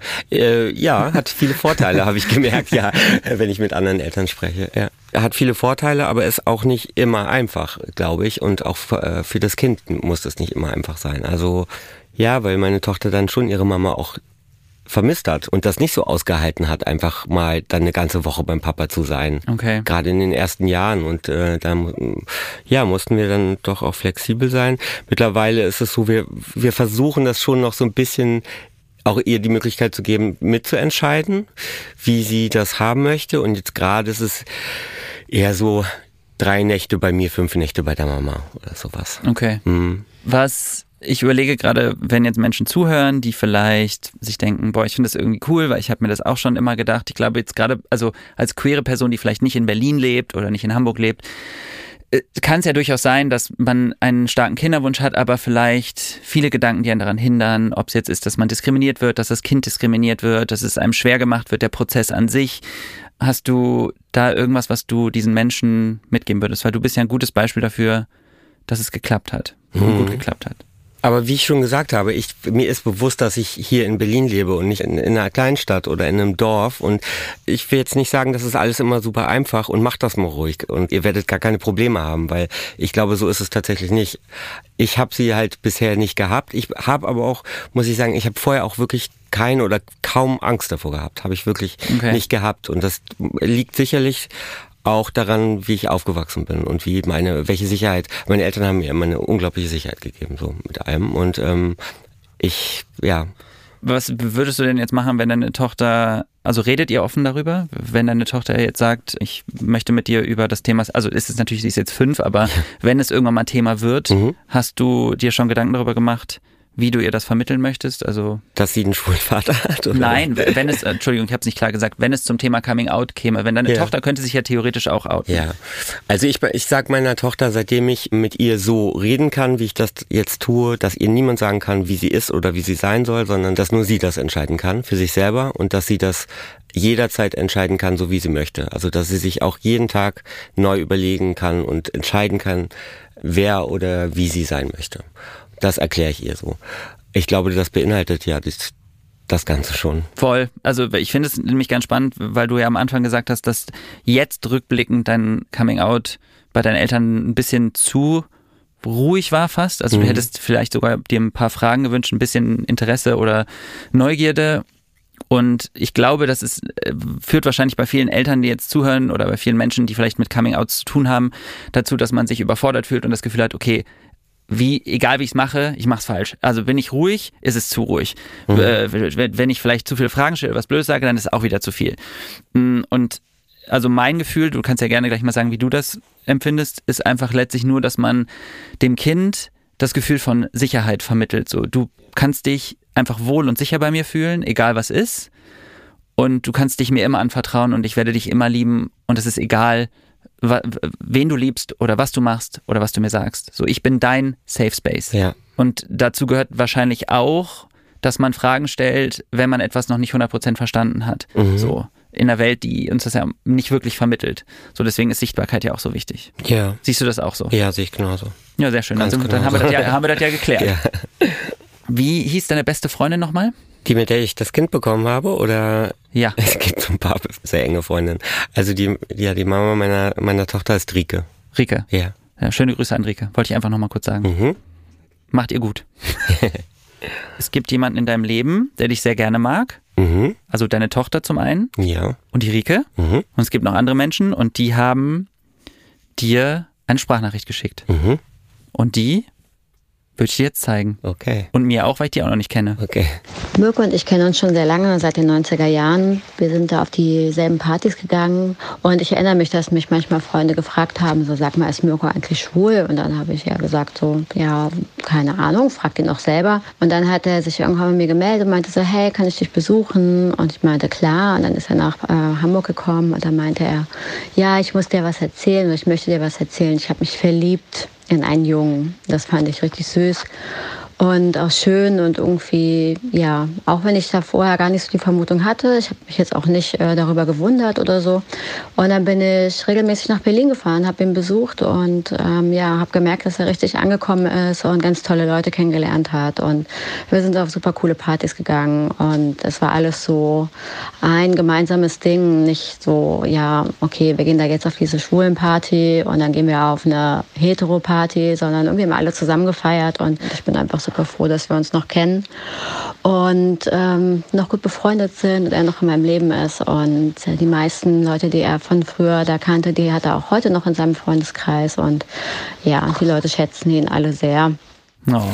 äh, ja hat viele Vorteile, habe ich gemerkt, ja, wenn ich mit anderen Eltern spreche. Ja. Er hat viele Vorteile, aber ist auch nicht immer einfach, glaube ich. Und auch für, für das Kind muss das nicht immer einfach sein. Also ja, weil meine Tochter dann schon ihre Mama auch vermisst hat und das nicht so ausgehalten hat, einfach mal dann eine ganze Woche beim Papa zu sein. Okay. Gerade in den ersten Jahren und äh, da ja, mussten wir dann doch auch flexibel sein. Mittlerweile ist es so, wir wir versuchen das schon noch so ein bisschen auch ihr die Möglichkeit zu geben, mitzuentscheiden, wie sie das haben möchte und jetzt gerade ist es eher so drei Nächte bei mir, fünf Nächte bei der Mama oder sowas. Okay. Mhm. Was Ich überlege gerade, wenn jetzt Menschen zuhören, die vielleicht sich denken, boah, ich finde das irgendwie cool, weil ich habe mir das auch schon immer gedacht. Ich glaube jetzt gerade, also als queere Person, die vielleicht nicht in Berlin lebt oder nicht in Hamburg lebt, kann es ja durchaus sein, dass man einen starken Kinderwunsch hat, aber vielleicht viele Gedanken, die einen daran hindern, ob es jetzt ist, dass man diskriminiert wird, dass das Kind diskriminiert wird, dass es einem schwer gemacht wird, der Prozess an sich. Hast du da irgendwas, was du diesen Menschen mitgeben würdest? Weil du bist ja ein gutes Beispiel dafür, dass es geklappt hat und mhm. gut geklappt hat. Aber wie ich schon gesagt habe, ich, mir ist bewusst, dass ich hier in Berlin lebe und nicht in, in einer Kleinstadt oder in einem Dorf. Und ich will jetzt nicht sagen, das ist alles immer super einfach und macht das mal ruhig. Und ihr werdet gar keine Probleme haben, weil ich glaube, so ist es tatsächlich nicht. Ich habe sie halt bisher nicht gehabt. Ich habe aber auch, muss ich sagen, ich habe vorher auch wirklich keine oder kaum Angst davor gehabt. Habe ich wirklich okay. nicht gehabt. Und das liegt sicherlich auch daran, wie ich aufgewachsen bin und wie meine, welche Sicherheit, meine Eltern haben mir immer eine unglaubliche Sicherheit gegeben, so mit allem. Und ähm, ich, ja. Was würdest du denn jetzt machen, wenn deine Tochter, also redet ihr offen darüber? Wenn deine Tochter jetzt sagt, ich möchte mit dir über das Thema, also ist es natürlich, sie ist jetzt fünf, aber wenn es irgendwann mal Thema wird, mhm. hast du dir schon Gedanken darüber gemacht, wie du ihr das vermitteln möchtest? Also dass sie einen schwulen Vater hat? Oder? Nein, wenn es, Entschuldigung, ich habe es nicht klar gesagt, wenn es zum Thema Coming Out käme, wenn deine ja. Tochter könnte sich ja theoretisch auch outen. Ja, also ich, ich sage meiner Tochter, seitdem ich mit ihr so reden kann, wie ich das jetzt tue, dass ihr niemand sagen kann, wie sie ist oder wie sie sein soll, sondern dass nur sie das entscheiden kann für sich selber und dass sie das jederzeit entscheiden kann, so wie sie möchte. Also dass sie sich auch jeden Tag neu überlegen kann und entscheiden kann, wer oder wie sie sein möchte. Das erkläre ich ihr so. Ich glaube, das beinhaltet ja das, das Ganze schon. Voll. Also ich finde es nämlich ganz spannend, weil du ja am Anfang gesagt hast, dass jetzt rückblickend dein Coming-out bei deinen Eltern ein bisschen zu ruhig war fast. Also mhm. du hättest vielleicht sogar dir ein paar Fragen gewünscht, ein bisschen Interesse oder Neugierde. Und ich glaube, das ist, führt wahrscheinlich bei vielen Eltern, die jetzt zuhören oder bei vielen Menschen, die vielleicht mit Coming-outs zu tun haben, dazu, dass man sich überfordert fühlt und das Gefühl hat, okay, wie, egal wie ich es mache, ich mache es falsch. Also bin ich ruhig, ist es zu ruhig. Mhm. Äh, wenn ich vielleicht zu viele Fragen stelle, was Blödes sage, dann ist es auch wieder zu viel. Und also mein Gefühl, du kannst ja gerne gleich mal sagen, wie du das empfindest, ist einfach letztlich nur, dass man dem Kind das Gefühl von Sicherheit vermittelt. So, du kannst dich einfach wohl und sicher bei mir fühlen, egal was ist. Und du kannst dich mir immer anvertrauen und ich werde dich immer lieben. Und es ist egal, wen du liebst oder was du machst oder was du mir sagst. So, ich bin dein Safe Space. Ja. Und dazu gehört wahrscheinlich auch, dass man Fragen stellt, wenn man etwas noch nicht hundert Prozent verstanden hat. Mhm. So, in einer Welt, die uns das ja nicht wirklich vermittelt. So, deswegen ist Sichtbarkeit ja auch so wichtig. Ja. Siehst du das auch so? Ja, sehe ich genauso. Ja, sehr schön. Ganz also, genau dann haben wir, das ja, haben wir das ja geklärt. Ja. Wie hieß deine beste Freundin nochmal? Die, mit der ich das Kind bekommen habe, oder? Ja. Es gibt so ein paar sehr enge Freundinnen. Also die, ja, die Mama meiner, meiner Tochter ist Rike. Rike? Ja. Ja, schöne Grüße an Rike. Wollte ich einfach nochmal kurz sagen. Mhm. Macht ihr gut. Es gibt jemanden in deinem Leben, der dich sehr gerne mag. Mhm. Also deine Tochter zum einen. Ja. Und die Rike. Mhm. Und es gibt noch andere Menschen und die haben dir eine Sprachnachricht geschickt. Mhm. Und die würde ich dir jetzt zeigen. Okay. Und mir auch, weil ich die auch noch nicht kenne. Okay. Mirko und ich kennen uns schon sehr lange, seit den neunziger Jahren. Wir sind da auf dieselben Partys gegangen. Und ich erinnere mich, dass mich manchmal Freunde gefragt haben, so, sag mal, ist Mirko eigentlich schwul? Und dann habe ich ja gesagt, so, ja, keine Ahnung, frag ihn doch selber. Und dann hat er sich irgendwann bei mir gemeldet und meinte so, hey, kann ich dich besuchen? Und ich meinte, klar. Und dann ist er nach äh, Hamburg gekommen und dann meinte er, ja, ich muss dir was erzählen oder ich möchte dir was erzählen. Ich habe mich verliebt in einen Jungen. Das fand ich richtig süß und auch schön und irgendwie, ja, auch wenn ich da vorher gar nicht so die Vermutung hatte, ich habe mich jetzt auch nicht äh, darüber gewundert oder so. Und dann bin ich regelmäßig nach Berlin gefahren, habe ihn besucht und ähm, ja, habe gemerkt, dass er richtig angekommen ist und ganz tolle Leute kennengelernt hat. Und wir sind auf super coole Partys gegangen und es war alles so ein gemeinsames Ding, nicht so, ja, okay, wir gehen da jetzt auf diese schwulen Party und dann gehen wir auf eine Hetero-Party, sondern irgendwie haben wir alle zusammen gefeiert und ich bin einfach super froh, dass wir uns noch kennen und ähm, noch gut befreundet sind und er noch in meinem Leben ist. Und die meisten Leute, die er von früher da kannte, die hat er auch heute noch in seinem Freundeskreis. Und ja, die Leute schätzen ihn alle sehr. Oh.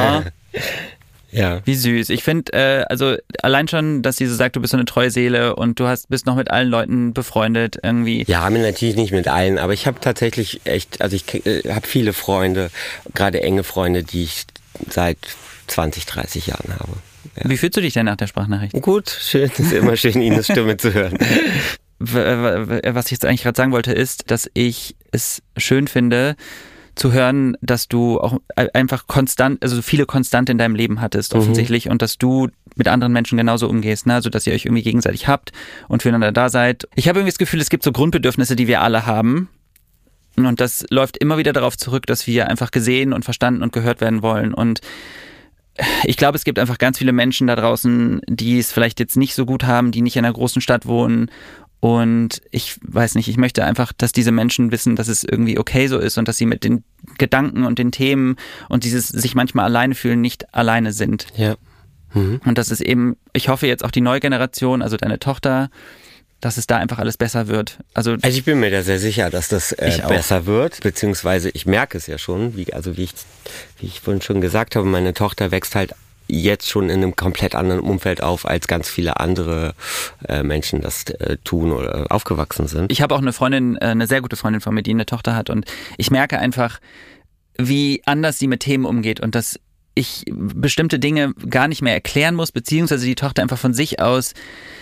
Ja. Wie süß. Ich finde, äh, also allein schon, dass sie so sagt, du bist so eine treue Seele und du hast bist noch mit allen Leuten befreundet irgendwie. Ja, natürlich nicht mit allen, aber ich habe tatsächlich echt, also ich äh, habe viele Freunde, gerade enge Freunde, die ich seit zwanzig, dreißig Jahren habe. Ja. Wie fühlst du dich denn nach der Sprachnachricht? Gut, schön. Es ist immer schön, Ines Stimme zu hören. Was ich jetzt eigentlich gerade sagen wollte, ist, dass ich es schön finde, zu hören, dass du auch einfach konstant, also viele Konstante in deinem Leben hattest, offensichtlich, mhm. und dass du mit anderen Menschen genauso umgehst, ne? Also dass ihr euch irgendwie gegenseitig habt und füreinander da seid. Ich habe irgendwie das Gefühl, es gibt so Grundbedürfnisse, die wir alle haben. Und das läuft immer wieder darauf zurück, dass wir einfach gesehen und verstanden und gehört werden wollen. Und ich glaube, es gibt einfach ganz viele Menschen da draußen, die es vielleicht jetzt nicht so gut haben, die nicht in einer großen Stadt wohnen. Und ich weiß nicht, ich möchte einfach, dass diese Menschen wissen, dass es irgendwie okay so ist und dass sie mit den Gedanken und den Themen und dieses sich manchmal alleine fühlen nicht alleine sind. Ja. Mhm. Und das ist eben, ich hoffe jetzt auch die neue Generation, also deine Tochter, dass es da einfach alles besser wird? Also, also ich bin mir da sehr sicher, dass das äh, besser wird, beziehungsweise ich merke es ja schon, wie, also wie ich, wie ich vorhin schon gesagt habe, meine Tochter wächst halt jetzt schon in einem komplett anderen Umfeld auf, als ganz viele andere äh, Menschen das äh, tun oder aufgewachsen sind. Ich habe auch eine Freundin, äh, eine sehr gute Freundin von mir, die eine Tochter hat und ich merke einfach, wie anders sie mit Themen umgeht und dass ich bestimmte Dinge gar nicht mehr erklären muss, beziehungsweise die Tochter einfach von sich aus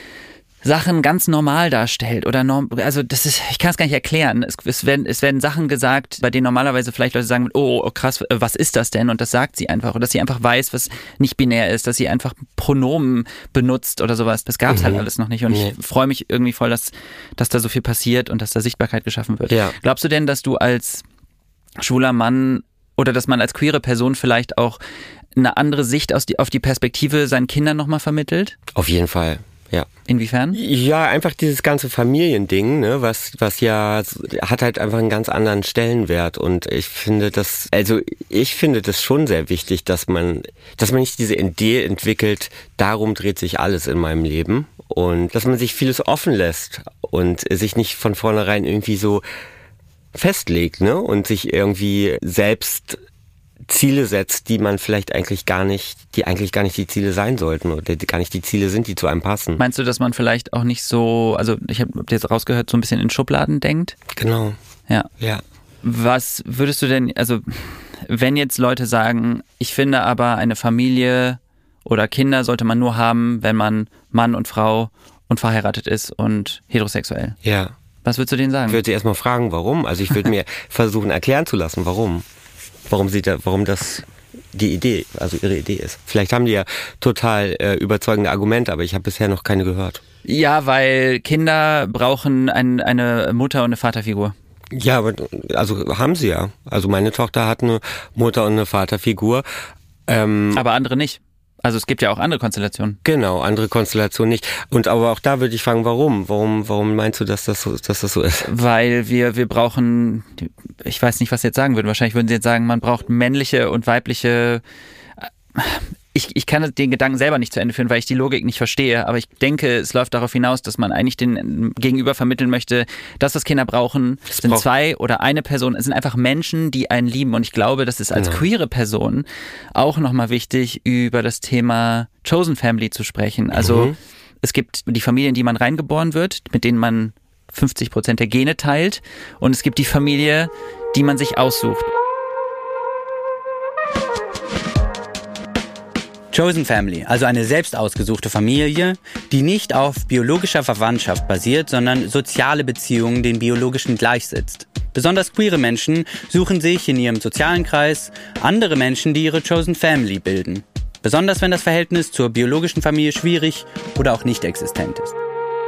Sachen ganz normal darstellt oder norm, also das ist, ich kann es gar nicht erklären. Es, es, werden, es werden Sachen gesagt, bei denen normalerweise vielleicht Leute sagen, oh, oh krass, was ist das denn? Und das sagt sie einfach. Oder dass sie einfach weiß, was nicht binär ist, dass sie einfach Pronomen benutzt oder sowas. Das gab es mhm. halt alles noch nicht. Und ich freue mich irgendwie voll, dass, dass da so viel passiert und dass da Sichtbarkeit geschaffen wird. Ja. Glaubst du denn, dass du als schwuler Mann oder dass man als queere Person vielleicht auch eine andere Sicht aus die, auf die Perspektive seinen Kindern nochmal vermittelt? Auf jeden Fall. Ja. Inwiefern? Ja, einfach dieses ganze Familiending, ne, was was ja hat halt einfach einen ganz anderen Stellenwert und ich finde das, also ich finde das schon sehr wichtig, dass man, dass man nicht diese Idee entwickelt, darum dreht sich alles in meinem Leben und dass man sich vieles offen lässt und sich nicht von vornherein irgendwie so festlegt, ne, und sich irgendwie selbst Ziele setzt, die man vielleicht eigentlich gar nicht, die eigentlich gar nicht die Ziele sein sollten oder die gar nicht die Ziele sind, die zu einem passen. Meinst du, dass man vielleicht auch nicht so, also ich habe jetzt rausgehört, so ein bisschen in Schubladen denkt? Genau. Ja. Ja. Was würdest du denn, also wenn jetzt Leute sagen, ich finde aber eine Familie oder Kinder sollte man nur haben, wenn man Mann und Frau und verheiratet ist und heterosexuell. Ja. Was würdest du denen sagen? Ich würde sie erstmal fragen, warum. Also ich würde mir versuchen erklären zu lassen, warum. Warum sie da, warum das die Idee, also ihre Idee ist. Vielleicht haben die ja total äh, überzeugende Argumente, aber ich habe bisher noch keine gehört. Ja, weil Kinder brauchen ein, eine Mutter- und eine Vaterfigur. Ja, aber also haben sie ja. Also meine Tochter hat eine Mutter- und eine Vaterfigur. Ähm, aber andere nicht. Also es gibt ja auch andere Konstellationen. Genau, andere Konstellationen nicht. Und aber auch da würde ich fragen, warum? Warum, warum meinst du, dass das so, dass das so ist? Weil wir, wir brauchen, ich weiß nicht, was Sie jetzt sagen würden. Wahrscheinlich würden Sie jetzt sagen, man braucht männliche und weibliche. Ich, ich kann den Gedanken selber nicht zu Ende führen, weil ich die Logik nicht verstehe. Aber ich denke, es läuft darauf hinaus, dass man eigentlich den Gegenüber vermitteln möchte, das, was Kinder brauchen, das sind braucht zwei oder eine Person. Es sind einfach Menschen, die einen lieben. Und ich glaube, das ist als genau. queere Person auch nochmal wichtig, über das Thema Chosen Family zu sprechen. Also mhm. es gibt die Familien, in die man reingeboren wird, mit denen man fünfzig Prozent der Gene teilt. Und es gibt die Familie, die man sich aussucht. Chosen Family, also eine selbst ausgesuchte Familie, die nicht auf biologischer Verwandtschaft basiert, sondern soziale Beziehungen den biologischen gleichsetzt. Besonders queere Menschen suchen sich in ihrem sozialen Kreis andere Menschen, die ihre Chosen Family bilden. Besonders wenn das Verhältnis zur biologischen Familie schwierig oder auch nicht existent ist.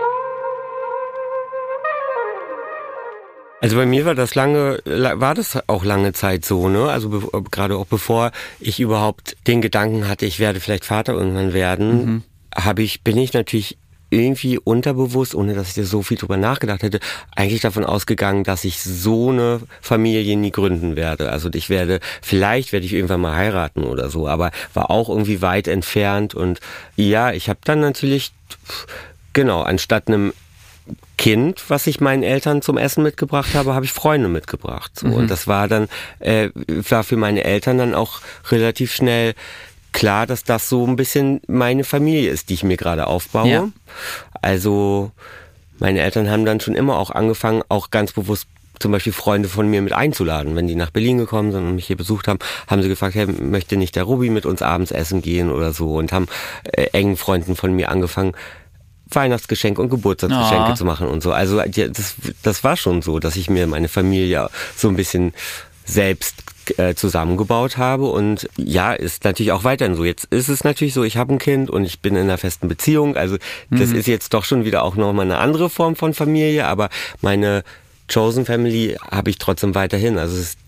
Also bei mir war das lange, war das auch lange Zeit so, ne? Also be- gerade auch bevor ich überhaupt den Gedanken hatte, ich werde vielleicht Vater irgendwann werden, mhm. habe ich, bin ich natürlich irgendwie unterbewusst, ohne dass ich da so viel drüber nachgedacht hätte, eigentlich davon ausgegangen, dass ich so eine Familie nie gründen werde. Also ich werde, vielleicht werde ich irgendwann mal heiraten oder so, aber war auch irgendwie weit entfernt und ja, ich habe dann natürlich, genau, anstatt einem Kind, was ich meinen Eltern zum Essen mitgebracht habe, habe ich Freunde mitgebracht. So. Mhm. Und das war dann, äh, war für meine Eltern dann auch relativ schnell klar, dass das so ein bisschen meine Familie ist, die ich mir gerade aufbaue. Ja. Also meine Eltern haben dann schon immer auch angefangen, auch ganz bewusst zum Beispiel Freunde von mir mit einzuladen. Wenn die nach Berlin gekommen sind und mich hier besucht haben, haben sie gefragt, hey, möchte nicht der Ruby mit uns abends essen gehen oder so, und haben äh, engen Freunden von mir angefangen, Weihnachtsgeschenke und Geburtstagsgeschenke oh. zu machen und so. Also das, das war schon so, dass ich mir meine Familie so ein bisschen selbst äh, zusammengebaut habe, und ja, ist natürlich auch weiterhin so. Jetzt ist es natürlich so, ich habe ein Kind und ich bin in einer festen Beziehung, also das mhm. ist jetzt doch schon wieder auch nochmal eine andere Form von Familie, aber meine Chosen Family habe ich trotzdem weiterhin. Also es ist, die ist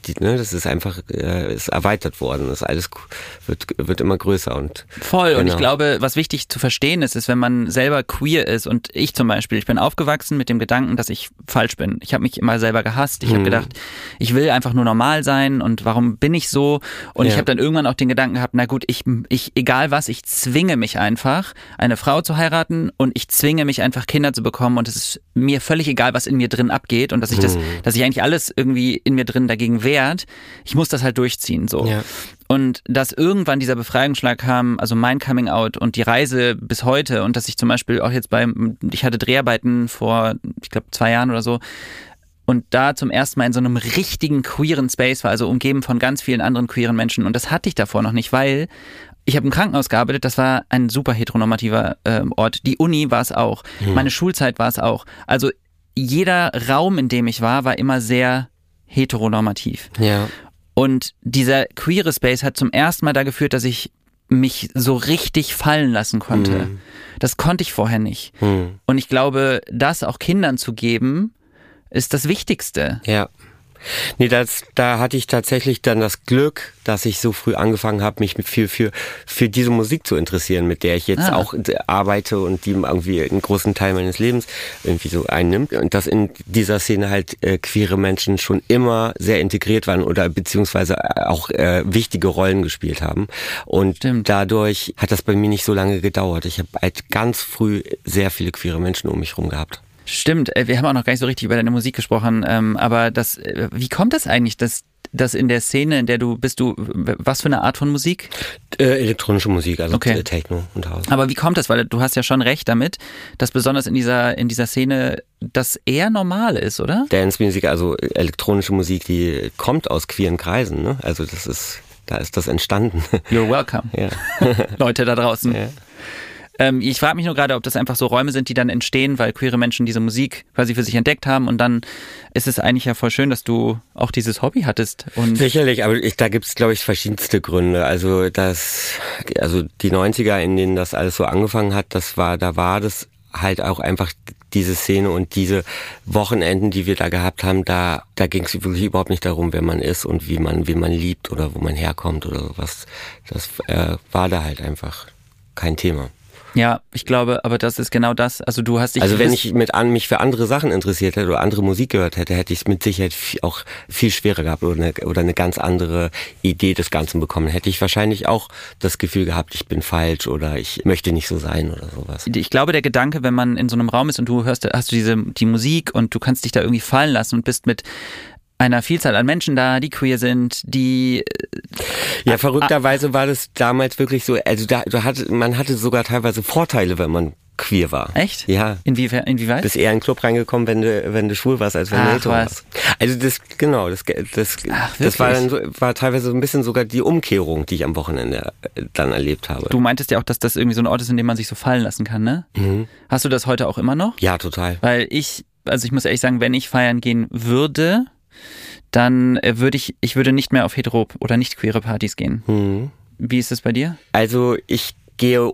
die, ne, das ist einfach, äh, ist erweitert worden. Das alles wird, wird immer größer und. Voll. Genau. Und ich glaube, was wichtig zu verstehen ist, ist, wenn man selber queer ist und ich zum Beispiel, ich bin aufgewachsen mit dem Gedanken, dass ich falsch bin. Ich habe mich immer selber gehasst. Ich habe Mhm. gedacht, ich will einfach nur normal sein und warum bin ich so? Und Ja. ich habe dann irgendwann auch den Gedanken gehabt, na gut, ich, ich, egal was, ich zwinge mich einfach, eine Frau zu heiraten und ich zwinge mich einfach, Kinder zu bekommen und es ist mir völlig egal, was in mir drin abgeht und dass ich das, dass sich eigentlich alles irgendwie in mir drin dagegen wehrt. Ich muss das halt durchziehen, so. Ja. Und dass irgendwann dieser Befreiungsschlag kam, also mein Coming Out und die Reise bis heute und dass ich zum Beispiel auch jetzt beim, ich hatte Dreharbeiten vor, ich glaube, zwei Jahren oder so und da zum ersten Mal in so einem richtigen queeren Space war, also umgeben von ganz vielen anderen queeren Menschen und das hatte ich davor noch nicht, weil ich habe im Krankenhaus gearbeitet, das war ein super heteronormativer äh, Ort. Die Uni war es auch, mhm. meine Schulzeit war es auch. Also jeder Raum, in dem ich war, war immer sehr heteronormativ. Ja. Und dieser queere Space hat zum ersten Mal da geführt, dass ich mich so richtig fallen lassen konnte. Mhm. Das konnte ich vorher nicht. Mhm. Und ich glaube, das auch Kindern zu geben, ist das Wichtigste. Ja. Nee, das, da hatte ich tatsächlich dann das Glück, dass ich so früh angefangen habe, mich mit für, für, für diese Musik zu interessieren, mit der ich jetzt ah. auch arbeite und die irgendwie einen großen Teil meines Lebens irgendwie so einnimmt. Und dass in dieser Szene halt äh, queere Menschen schon immer sehr integriert waren oder beziehungsweise auch äh, wichtige Rollen gespielt haben. Und Stimmt. dadurch hat das bei mir nicht so lange gedauert. Ich habe halt ganz früh sehr viele queere Menschen um mich herum gehabt. Stimmt, wir haben auch noch gar nicht so richtig über deine Musik gesprochen, aber das, wie kommt das eigentlich, dass, dass in der Szene, in der du bist, du, was für eine Art von Musik? Äh, elektronische Musik, also okay. Techno und House. Aber wie kommt das, weil du hast ja schon recht damit, dass besonders in dieser, in dieser Szene das eher normal ist, oder? Dance Music, also elektronische Musik, die kommt aus queeren Kreisen, ne? Also das ist, da ist das entstanden. You're welcome. Ja. Leute da draußen. Ja. Ähm, ich frage mich nur gerade, ob das einfach so Räume sind, die dann entstehen, weil queere Menschen diese Musik quasi für sich entdeckt haben und dann ist es eigentlich ja voll schön, dass du auch dieses Hobby hattest. Und sicherlich, aber ich, da gibt es, glaube ich, verschiedenste Gründe. Also das, also die neunziger, in denen das alles so angefangen hat, das war, da war das halt auch einfach diese Szene und diese Wochenenden, die wir da gehabt haben, da, da ging es wirklich überhaupt nicht darum, wer man ist und wie man, wie man liebt oder wo man herkommt oder sowas. Das äh, war da halt einfach kein Thema. Ja, ich glaube, aber das ist genau das. Also du hast dich Also wenn ich mit an mich für andere Sachen interessiert hätte oder andere Musik gehört hätte, hätte ich es mit Sicherheit viel, auch viel schwerer gehabt oder eine, oder eine ganz andere Idee des Ganzen bekommen. Hätte ich wahrscheinlich auch das Gefühl gehabt, ich bin falsch oder ich möchte nicht so sein oder sowas. Ich glaube, der Gedanke, wenn man in so einem Raum ist und du hörst, hast du diese die Musik und du kannst dich da irgendwie fallen lassen und bist mit einer Vielzahl an Menschen da, die queer sind, die... Ja, verrückterweise war das damals wirklich so, also da, da hatte, man hatte sogar teilweise Vorteile, wenn man queer war. Echt? Ja. Inwiefern? Inwieweit? Bist eher in den Club reingekommen, wenn du, wenn du schwul warst, als wenn du hetero warst. Also das, genau, das, das, Ach, das war dann so, war teilweise so ein bisschen sogar die Umkehrung, die ich am Wochenende dann erlebt habe. Du meintest ja auch, dass das irgendwie so ein Ort ist, in dem man sich so fallen lassen kann, ne? Mhm. Hast du das heute auch immer noch? Ja, total. Weil ich, also ich muss ehrlich sagen, wenn ich feiern gehen würde, dann würde ich, ich würde nicht mehr auf hetero- oder nicht queere Partys gehen. Mhm. Wie ist das bei dir? Also ich gehe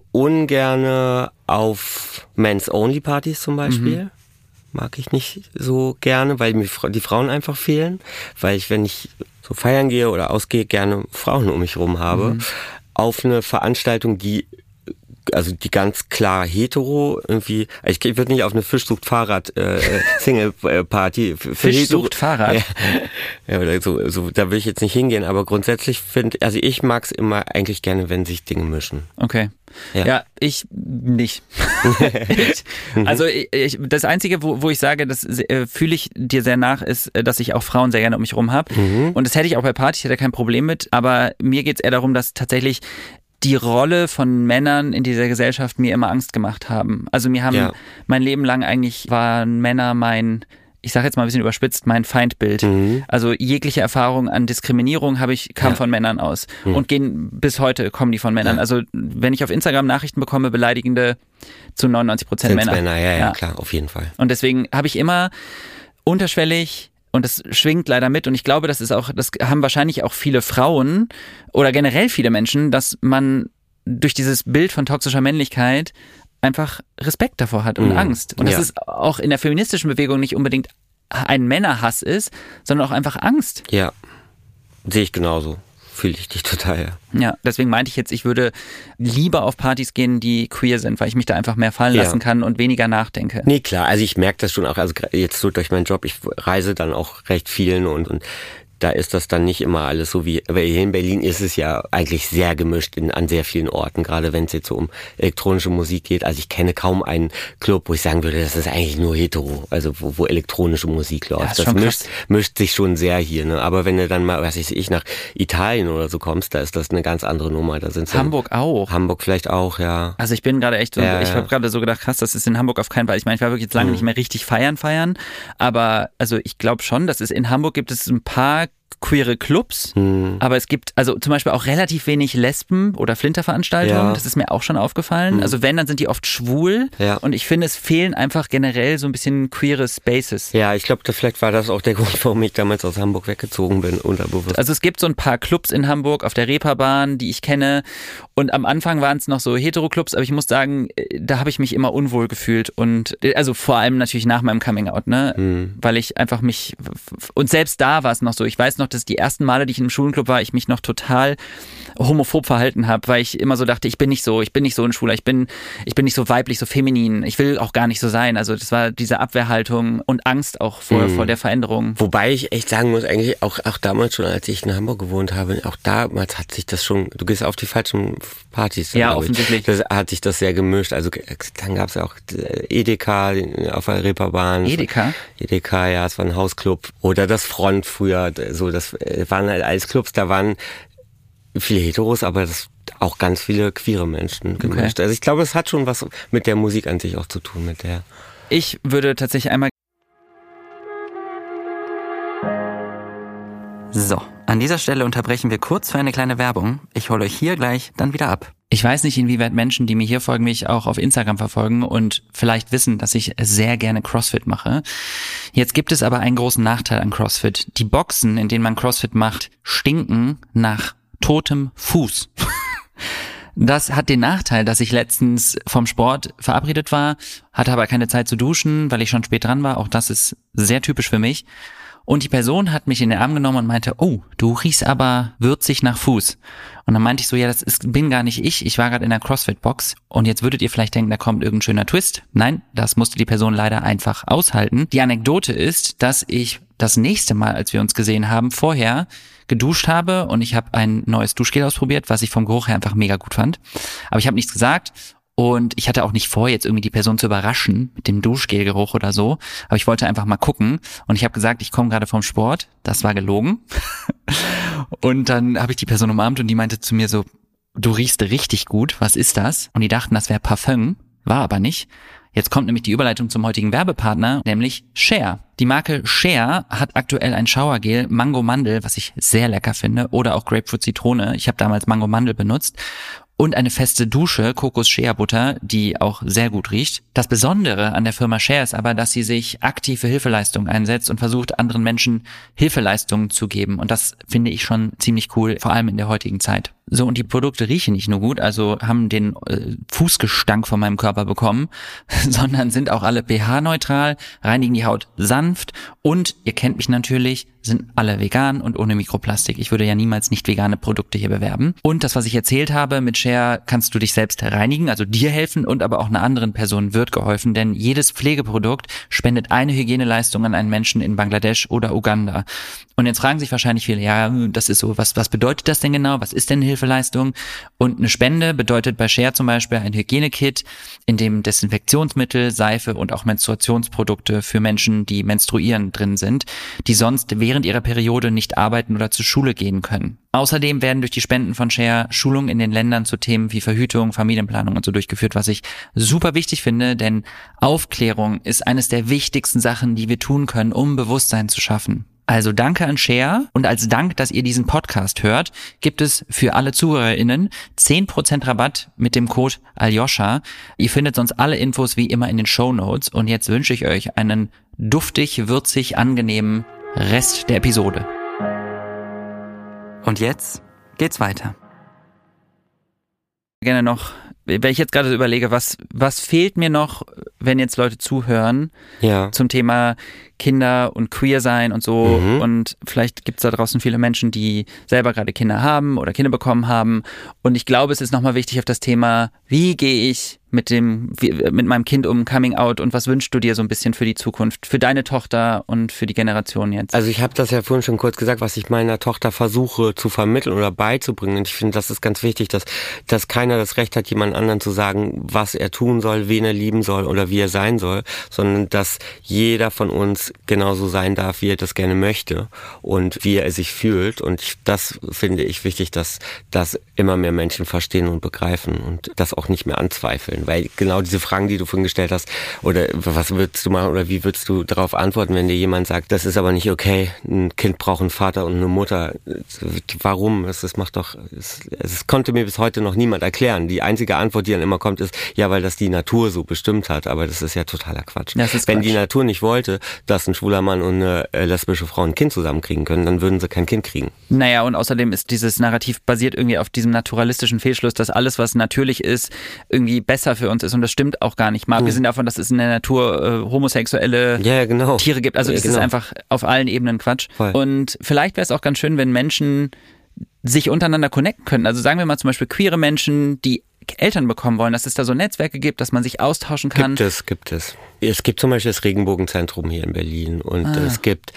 ungerne auf Men's-Only-Partys zum Beispiel. Mhm. Mag ich nicht so gerne, weil mir die Frauen einfach fehlen. Weil ich, wenn ich so feiern gehe oder ausgehe, gerne Frauen um mich rum habe. Mhm. Auf eine Veranstaltung, die also die ganz klar hetero irgendwie, ich, ich würde nicht auf eine Fischsucht-Fahrrad äh, Single-Party. Fischsucht-Fahrrad? Ja, ja, oder so, so, da will ich jetzt nicht hingehen, aber grundsätzlich finde, also ich mag es immer eigentlich gerne, wenn sich Dinge mischen. Okay. Ja, ja ich nicht. ich, also ich, das Einzige, wo, wo ich sage, das äh, fühle ich dir sehr nach, ist, dass ich auch Frauen sehr gerne um mich rum habe. Mhm. Und das hätte ich auch bei Partys, ich hätte kein Problem mit, aber mir geht es eher darum, dass tatsächlich die Rolle von Männern in dieser Gesellschaft mir immer Angst gemacht haben. Also mir haben ja. mein Leben lang eigentlich waren Männer mein, ich sage jetzt mal ein bisschen überspitzt, mein Feindbild. Mhm. Also jegliche Erfahrung an Diskriminierung habe ich kam ja. von Männern aus mhm. und gehen bis heute kommen die von Männern. Ja. Also wenn ich auf Instagram Nachrichten bekomme, beleidigende zu neunundneunzig Prozent Männer. Männer. Ja, ja, ja, klar, auf jeden Fall. Und deswegen habe ich immer unterschwellig und das schwingt leider mit und ich glaube, das ist auch, das haben wahrscheinlich auch viele Frauen oder generell viele Menschen, dass man durch dieses Bild von toxischer Männlichkeit einfach Respekt davor hat und mhm. Angst. Und das ja. ist auch in der feministischen Bewegung nicht unbedingt ein Männerhass ist, sondern auch einfach Angst. Ja. sehe ich genauso. Fühle ich dich total, ja. Ja, deswegen meinte ich jetzt, ich würde lieber auf Partys gehen, die queer sind, weil ich mich da einfach mehr fallen lassen ja. kann und weniger nachdenke. Nee, klar, also ich merke das schon auch, also jetzt so durch meinen Job, ich reise dann auch recht vielen und, und da ist das dann nicht immer alles so wie, weil hier in Berlin ist es ja eigentlich sehr gemischt in, an sehr vielen Orten, gerade wenn es jetzt so um elektronische Musik geht. Also ich kenne kaum einen Club, wo ich sagen würde, das ist eigentlich nur hetero, also wo, wo elektronische Musik läuft. Ja, das mischt, mischt sich schon sehr hier, ne? Aber wenn du dann mal, was weiß ich, nach Italien oder so kommst, da ist das eine ganz andere Nummer. Da sind's Hamburg dann, auch. Hamburg vielleicht auch, ja. Also ich bin gerade echt so, ja, ich ja. habe gerade so gedacht, krass, das ist in Hamburg auf keinen Fall. Ich meine, ich war wirklich jetzt lange mhm. nicht mehr richtig feiern, feiern, aber also ich glaube schon, dass es in Hamburg gibt es ein paar queere Clubs, hm. aber es gibt also zum Beispiel auch relativ wenig Lesben- oder Flinterveranstaltungen, ja. das ist mir auch schon aufgefallen. Hm. Also wenn, dann sind die oft schwul ja. und ich finde, es fehlen einfach generell so ein bisschen queere Spaces. Ja, ich glaube, vielleicht war das auch der Grund, warum ich damals aus Hamburg weggezogen bin, unterbewusst. Also es gibt so ein paar Clubs in Hamburg auf der Reeperbahn, die ich kenne, und am Anfang waren es noch so Hetero-Clubs, aber ich muss sagen, da habe ich mich immer unwohl gefühlt und also vor allem natürlich nach meinem Coming-out, ne, hm. weil ich einfach mich, und selbst da war es noch so, ich weiß noch, dass die ersten Male, die ich in einem Schulenclub war, ich mich noch total homophob verhalten habe, weil ich immer so dachte, ich bin nicht so, ich bin nicht so ein Schwuler, ich bin, ich bin nicht so weiblich, so feminin, ich will auch gar nicht so sein. Also das war diese Abwehrhaltung und Angst auch vor, mhm. vor der Veränderung. Wobei ich echt sagen muss, eigentlich auch, auch damals schon, als ich in Hamburg gewohnt habe, auch damals hat sich das schon, du gehst auf die falschen Partys. Ja, offensichtlich. Das hat sich das sehr gemischt. Also dann gab es ja auch Edeka auf der Reeperbahn. Edeka? Edeka, ja, es war ein Hausclub. Oder das Front früher, so, das waren halt alles Clubs, da waren viele Heteros, aber das auch ganz viele queere Menschen gemischt. Okay. Also ich glaube, es hat schon was mit der Musik an sich auch zu tun, mit der. Ich würde tatsächlich einmal. So, an dieser Stelle unterbrechen wir kurz für eine kleine Werbung. Ich hole euch hier gleich dann wieder ab. Ich weiß nicht, inwieweit Menschen, die mir hier folgen, mich auch auf Instagram verfolgen und vielleicht wissen, dass ich sehr gerne CrossFit mache. Jetzt gibt es aber einen großen Nachteil an CrossFit. Die Boxen, in denen man CrossFit macht, stinken nach totem Fuß. Das hat den Nachteil, dass ich letztens vom Sport verabredet war, hatte aber keine Zeit zu duschen, weil ich schon spät dran war. Auch das ist sehr typisch für mich. Und die Person hat mich in den Arm genommen und meinte, oh, du riechst aber würzig nach Fuß. Und dann meinte ich so, ja, das ist, bin gar nicht ich, ich war gerade in der CrossFit-Box. Und jetzt würdet ihr vielleicht denken, da kommt irgendein schöner Twist. Nein, das musste die Person leider einfach aushalten. Die Anekdote ist, dass ich das nächste Mal, als wir uns gesehen haben, vorher geduscht habe und ich habe ein neues Duschgel ausprobiert, was ich vom Geruch her einfach mega gut fand. Aber ich habe nichts gesagt. Und ich hatte auch nicht vor, jetzt irgendwie die Person zu überraschen mit dem Duschgelgeruch oder so. Aber ich wollte einfach mal gucken. Und ich habe gesagt, ich komme gerade vom Sport. Das war gelogen. Und dann habe ich die Person umarmt und die meinte zu mir so, du riechst richtig gut. Was ist das? Und die dachten, das wäre Parfum. War aber nicht. Jetzt kommt nämlich die Überleitung zum heutigen Werbepartner, nämlich Share. Die Marke Share hat aktuell ein Showergel Mango Mandel, was ich sehr lecker finde, oder auch Grapefruit Zitrone. Ich habe damals Mango Mandel benutzt. Und eine feste Dusche, Kokos Shea Butter, die auch sehr gut riecht. Das Besondere an der Firma Share ist aber, dass sie sich aktiv für Hilfeleistungen einsetzt und versucht, anderen Menschen Hilfeleistungen zu geben. Und das finde ich schon ziemlich cool, vor allem in der heutigen Zeit. So, und die Produkte riechen nicht nur gut, also haben den äh, Fußgestank von meinem Körper bekommen, sondern sind auch alle pH-neutral, reinigen die Haut sanft und, ihr kennt mich natürlich, sind alle vegan und ohne Mikroplastik. Ich würde ja niemals nicht vegane Produkte hier bewerben. Und das, was ich erzählt habe, mit Share kannst du dich selbst reinigen, also dir helfen und aber auch einer anderen Person wird geholfen, denn jedes Pflegeprodukt spendet eine Hygieneleistung an einen Menschen in Bangladesch oder Uganda. Und jetzt fragen sich wahrscheinlich viele, ja, das ist so, was, was bedeutet das denn genau? Was ist denn Hilfeleistung? Und eine Spende bedeutet bei Share zum Beispiel ein Hygienekit, in dem Desinfektionsmittel, Seife und auch Menstruationsprodukte für Menschen, die menstruieren, drin sind, die sonst während ihrer Periode nicht arbeiten oder zur Schule gehen können. Außerdem werden durch die Spenden von Share Schulungen in den Ländern zu Themen wie Verhütung, Familienplanung und so durchgeführt, was ich super wichtig finde, denn Aufklärung ist eines der wichtigsten Sachen, die wir tun können, um Bewusstsein zu schaffen. Also danke an Share und als Dank, dass ihr diesen Podcast hört, gibt es für alle ZuhörerInnen zehn Prozent Rabatt mit dem Code Aljoscha. Ihr findet sonst alle Infos wie immer in den Shownotes und jetzt wünsche ich euch einen duftig, würzig, angenehmen Rest der Episode. Und jetzt geht's weiter. Gerne noch wenn ich jetzt gerade so überlege, was, was fehlt mir noch, wenn jetzt Leute zuhören ja. zum Thema Kinder und Queer sein und so mhm. und vielleicht gibt es da draußen viele Menschen, die selber gerade Kinder haben oder Kinder bekommen haben und ich glaube, es ist nochmal wichtig auf das Thema, wie gehe ich mit dem, mit meinem Kind um, Coming Out und was wünschst du dir so ein bisschen für die Zukunft, für deine Tochter und für die Generation jetzt? Also ich habe das ja vorhin schon kurz gesagt, was ich meiner Tochter versuche zu vermitteln oder beizubringen und ich finde, das ist ganz wichtig, dass, dass keiner das Recht hat, jemand anderen zu sagen, was er tun soll, wen er lieben soll oder wie er sein soll, sondern dass jeder von uns genauso sein darf, wie er das gerne möchte und wie er sich fühlt und ich, das finde ich wichtig, dass das immer mehr Menschen verstehen und begreifen und das auch nicht mehr anzweifeln. Weil genau diese Fragen, die du vorhin gestellt hast, oder was würdest du machen oder wie würdest du darauf antworten, wenn dir jemand sagt, das ist aber nicht okay, ein Kind braucht einen Vater und eine Mutter. Warum? Es, es macht doch, es, es konnte mir bis heute noch niemand erklären. Die einzige Antwort, die dann immer kommt, ist, ja, weil das die Natur so bestimmt hat. Aber das ist ja totaler Quatsch. Das ist wenn Quatsch. Die Natur nicht wollte, dass ein schwuler Mann und eine lesbische Frau ein Kind zusammenkriegen können, dann würden sie kein Kind kriegen. Naja, und außerdem ist dieses Narrativ basiert irgendwie auf diesem naturalistischen Fehlschluss, dass alles, was natürlich ist, irgendwie besser für uns ist und das stimmt auch gar nicht. Mal abgesehen davon, dass es in der Natur äh, homosexuelle ja, genau. Tiere gibt. Also ja, es genau. ist einfach auf allen Ebenen Quatsch. Voll. Und vielleicht wäre es auch ganz schön, wenn Menschen sich untereinander connecten könnten. Also sagen wir mal zum Beispiel queere Menschen, die Eltern bekommen wollen, dass es da so Netzwerke gibt, dass man sich austauschen kann. Gibt es, gibt es. Es gibt zum Beispiel das Regenbogenzentrum hier in Berlin und ah. es gibt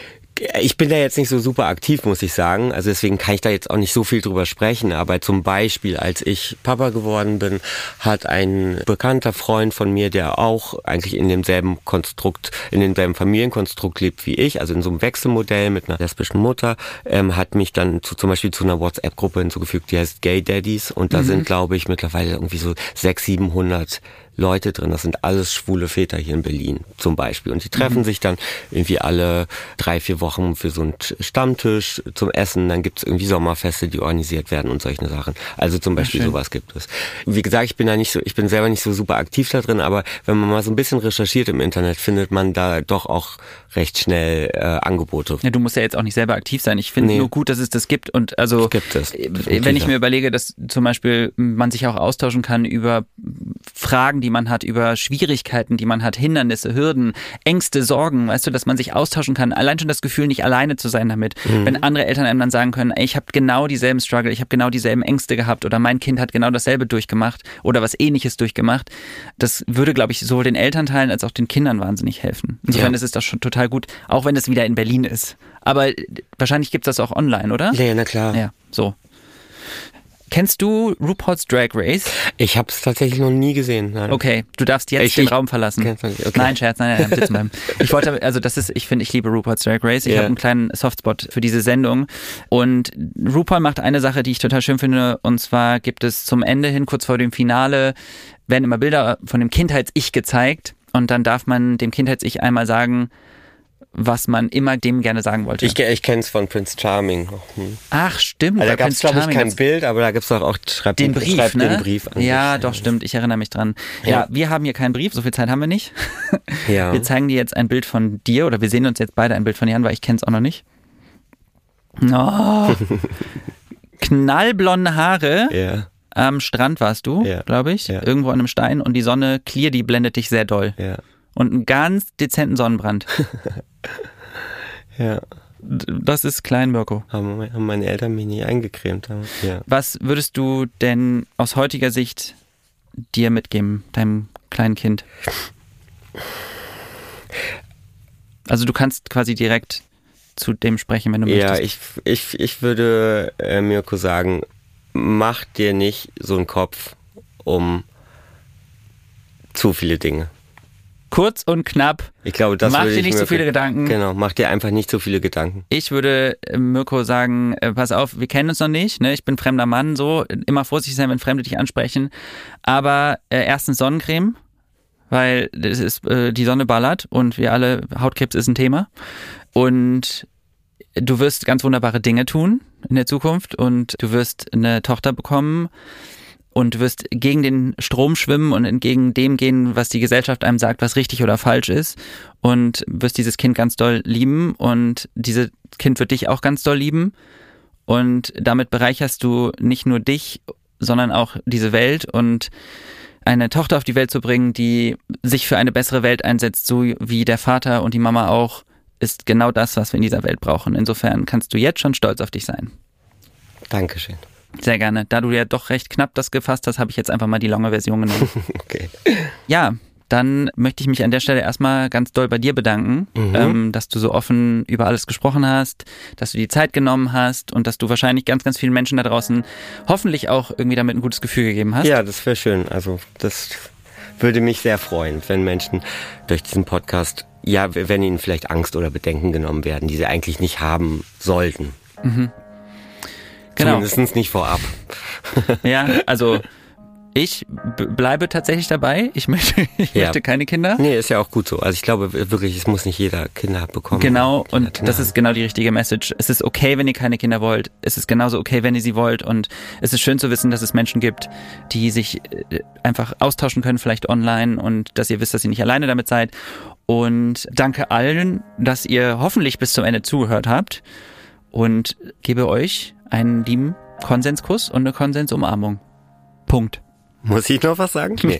Ich bin da jetzt nicht so super aktiv, muss ich sagen. Also deswegen kann ich da jetzt auch nicht so viel drüber sprechen. Aber zum Beispiel, als ich Papa geworden bin, hat ein bekannter Freund von mir, der auch eigentlich in demselben Konstrukt, in demselben Familienkonstrukt lebt wie ich, also in so einem Wechselmodell mit einer lesbischen Mutter, ähm, hat mich dann zu, zum Beispiel zu einer WhatsApp-Gruppe hinzugefügt, die heißt Gay Daddies. Und da mhm. sind, glaube ich, mittlerweile irgendwie so sechshundert, siebenhundert Leute drin. Das sind alles schwule Väter hier in Berlin zum Beispiel. Und die treffen mhm. sich dann irgendwie alle drei, vier Wochen für so einen Stammtisch zum Essen. Dann gibt es irgendwie Sommerfeste, die organisiert werden und solche Sachen. Also zum Beispiel sowas gibt es. Wie gesagt, ich bin da nicht so, ich bin selber nicht so super aktiv da drin, aber wenn man mal so ein bisschen recherchiert im Internet, findet man da doch auch recht schnell äh, Angebote. Ja, du musst ja jetzt auch nicht selber aktiv sein. Ich finde nee. nur gut, dass es das gibt. Und also gibt es. Wenn ich mir überlege, dass zum Beispiel man sich auch austauschen kann über Fragen, die man hat, über Schwierigkeiten, die man hat, Hindernisse, Hürden, Ängste, Sorgen, weißt du, dass man sich austauschen kann. Allein schon das Gefühl, nicht alleine zu sein damit. Mhm. Wenn andere Eltern einem dann sagen können, ey, ich habe genau dieselben Struggle, ich habe genau dieselben Ängste gehabt oder mein Kind hat genau dasselbe durchgemacht oder was Ähnliches durchgemacht. Das würde, glaube ich, sowohl den Elternteilen als auch den Kindern wahnsinnig helfen. Insofern ja. ist es doch schon total gut, auch wenn es wieder in Berlin ist. Aber wahrscheinlich gibt es das auch online, oder? Ja, na klar. Ja, so. Kennst du RuPaul's Drag Race? Ich habe es tatsächlich noch nie gesehen. Nein. Okay, du darfst jetzt ich, den ich, Raum verlassen. Okay. Nein, Scherz, nein, nein, nein, sitzen bleiben. Ich wollte, also das ist, ich finde, ich liebe RuPaul's Drag Race. Ich yeah. habe einen kleinen Softspot für diese Sendung. Und RuPaul macht eine Sache, die ich total schön finde. Und zwar gibt es zum Ende hin, kurz vor dem Finale, werden immer Bilder von dem Kindheits-Ich gezeigt. Und dann darf man dem Kindheits-Ich einmal sagen, was man immer dem gerne sagen wollte. Ich, ich kenne es von Prince Charming. Hm. Ach, stimmt. Also da gab es, glaube ich, kein Bild, aber da gibt es doch auch schreib den Brief, schreib ne? den Brief an ja, sich. doch, stimmt. Ich erinnere mich dran. Ja. ja, wir haben hier keinen Brief, so viel Zeit haben wir nicht. Ja. Wir zeigen dir jetzt ein Bild von dir oder wir sehen uns jetzt beide ein Bild von Jan, weil ich kenne es auch noch nicht. Oh. Knallblonde Haare. Ja. Am Strand warst du, ja. glaube ich, ja. irgendwo an einem Stein und die Sonne, clear, die blendet dich sehr doll. Ja. Und einen ganz dezenten Sonnenbrand. Ja. Das ist klein, Mirko. Haben, haben meine Eltern mich nie eingecremt. Haben. Ja. Was würdest du denn aus heutiger Sicht dir mitgeben, deinem kleinen Kind? Also du kannst quasi direkt zu dem sprechen, wenn du ja, möchtest. Ja, ich, ich, ich würde äh, Mirko sagen, mach dir nicht so einen Kopf um zu viele Dinge. Kurz und knapp. Ich glaube, das mach würde dir ich nicht Mirko, so viele Gedanken. Genau, mach dir einfach nicht so viele Gedanken. Ich würde Mirko sagen, äh, pass auf, wir kennen uns noch nicht, ne? Ich bin fremder Mann, so, immer vorsichtig sein, wenn Fremde dich ansprechen. Aber äh, erstens Sonnencreme, weil das ist, äh, die Sonne ballert und wir alle, Hautkrebs ist ein Thema. Und du wirst ganz wunderbare Dinge tun in der Zukunft und du wirst eine Tochter bekommen. Und du wirst gegen den Strom schwimmen und entgegen dem gehen, was die Gesellschaft einem sagt, was richtig oder falsch ist. Und wirst dieses Kind ganz doll lieben und dieses Kind wird dich auch ganz doll lieben. Und damit bereicherst du nicht nur dich sondern auch diese Welt und eine Tochter auf die Welt zu bringen, die sich für eine bessere Welt einsetzt, so wie der Vater und die Mama auch, ist genau das, was wir in dieser Welt brauchen. Insofern kannst du jetzt schon stolz auf dich sein. Dankeschön. Sehr gerne. Da du ja doch recht knapp das gefasst hast, habe ich jetzt einfach mal die lange Version genommen. Okay. Ja, dann möchte ich mich an der Stelle erstmal ganz doll bei dir bedanken, mhm. ähm, dass du so offen über alles gesprochen hast, dass du die Zeit genommen hast und dass du wahrscheinlich ganz, ganz vielen Menschen da draußen hoffentlich auch irgendwie damit ein gutes Gefühl gegeben hast. Ja, das wäre schön. Also das würde mich sehr freuen, wenn Menschen durch diesen Podcast, ja, wenn ihnen vielleicht Angst oder Bedenken genommen werden, die sie eigentlich nicht haben sollten. Mhm. Genau. Zumindest nicht vorab. Ja, also ich b- bleibe tatsächlich dabei. Ich möchte, ich ja. möchte keine Kinder. Nee, ist ja auch gut so. Also ich glaube wirklich, es muss nicht jeder Kinder bekommen. Genau, Kinder, und Kinder das ist genau die richtige Message. Es ist okay, wenn ihr keine Kinder wollt. Es ist genauso okay, wenn ihr sie wollt. Und es ist schön zu wissen, dass es Menschen gibt, die sich einfach austauschen können, vielleicht online, und dass ihr wisst, dass ihr nicht alleine damit seid. Und danke allen, dass ihr hoffentlich bis zum Ende zugehört habt, und gebe euch einen lieben Konsenskuss und eine Konsensumarmung. Punkt. Muss ich noch was sagen? Nee.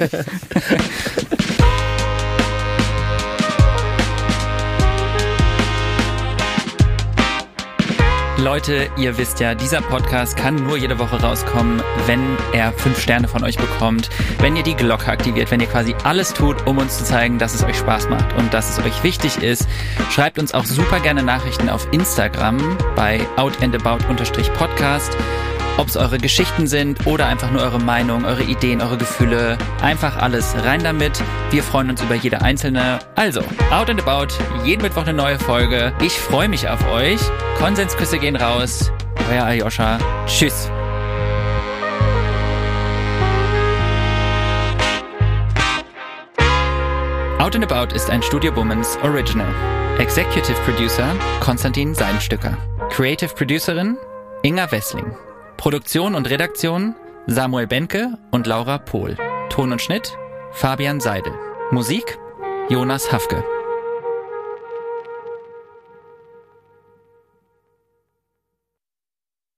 Leute, ihr wisst ja, dieser Podcast kann nur jede Woche rauskommen, wenn er fünf Sterne von euch bekommt, wenn ihr die Glocke aktiviert, wenn ihr quasi alles tut, um uns zu zeigen, dass es euch Spaß macht und dass es euch wichtig ist. Schreibt uns auch super gerne Nachrichten auf Instagram bei outandabout-podcast. Ob es eure Geschichten sind oder einfach nur eure Meinung, eure Ideen, eure Gefühle. Einfach alles rein damit. Wir freuen uns über jede einzelne. Also, Out and About, jeden Mittwoch eine neue Folge. Ich freue mich auf euch. Konsensküsse gehen raus. Euer Aljoscha. Tschüss. Out and About ist ein Studio Womans Original. Executive Producer Konstantin Seidenstücker. Creative Producerin Inga Wessling. Produktion und Redaktion Samuel Benke und Laura Pohl. Ton und Schnitt Fabian Seidel. Musik Jonas Hafke.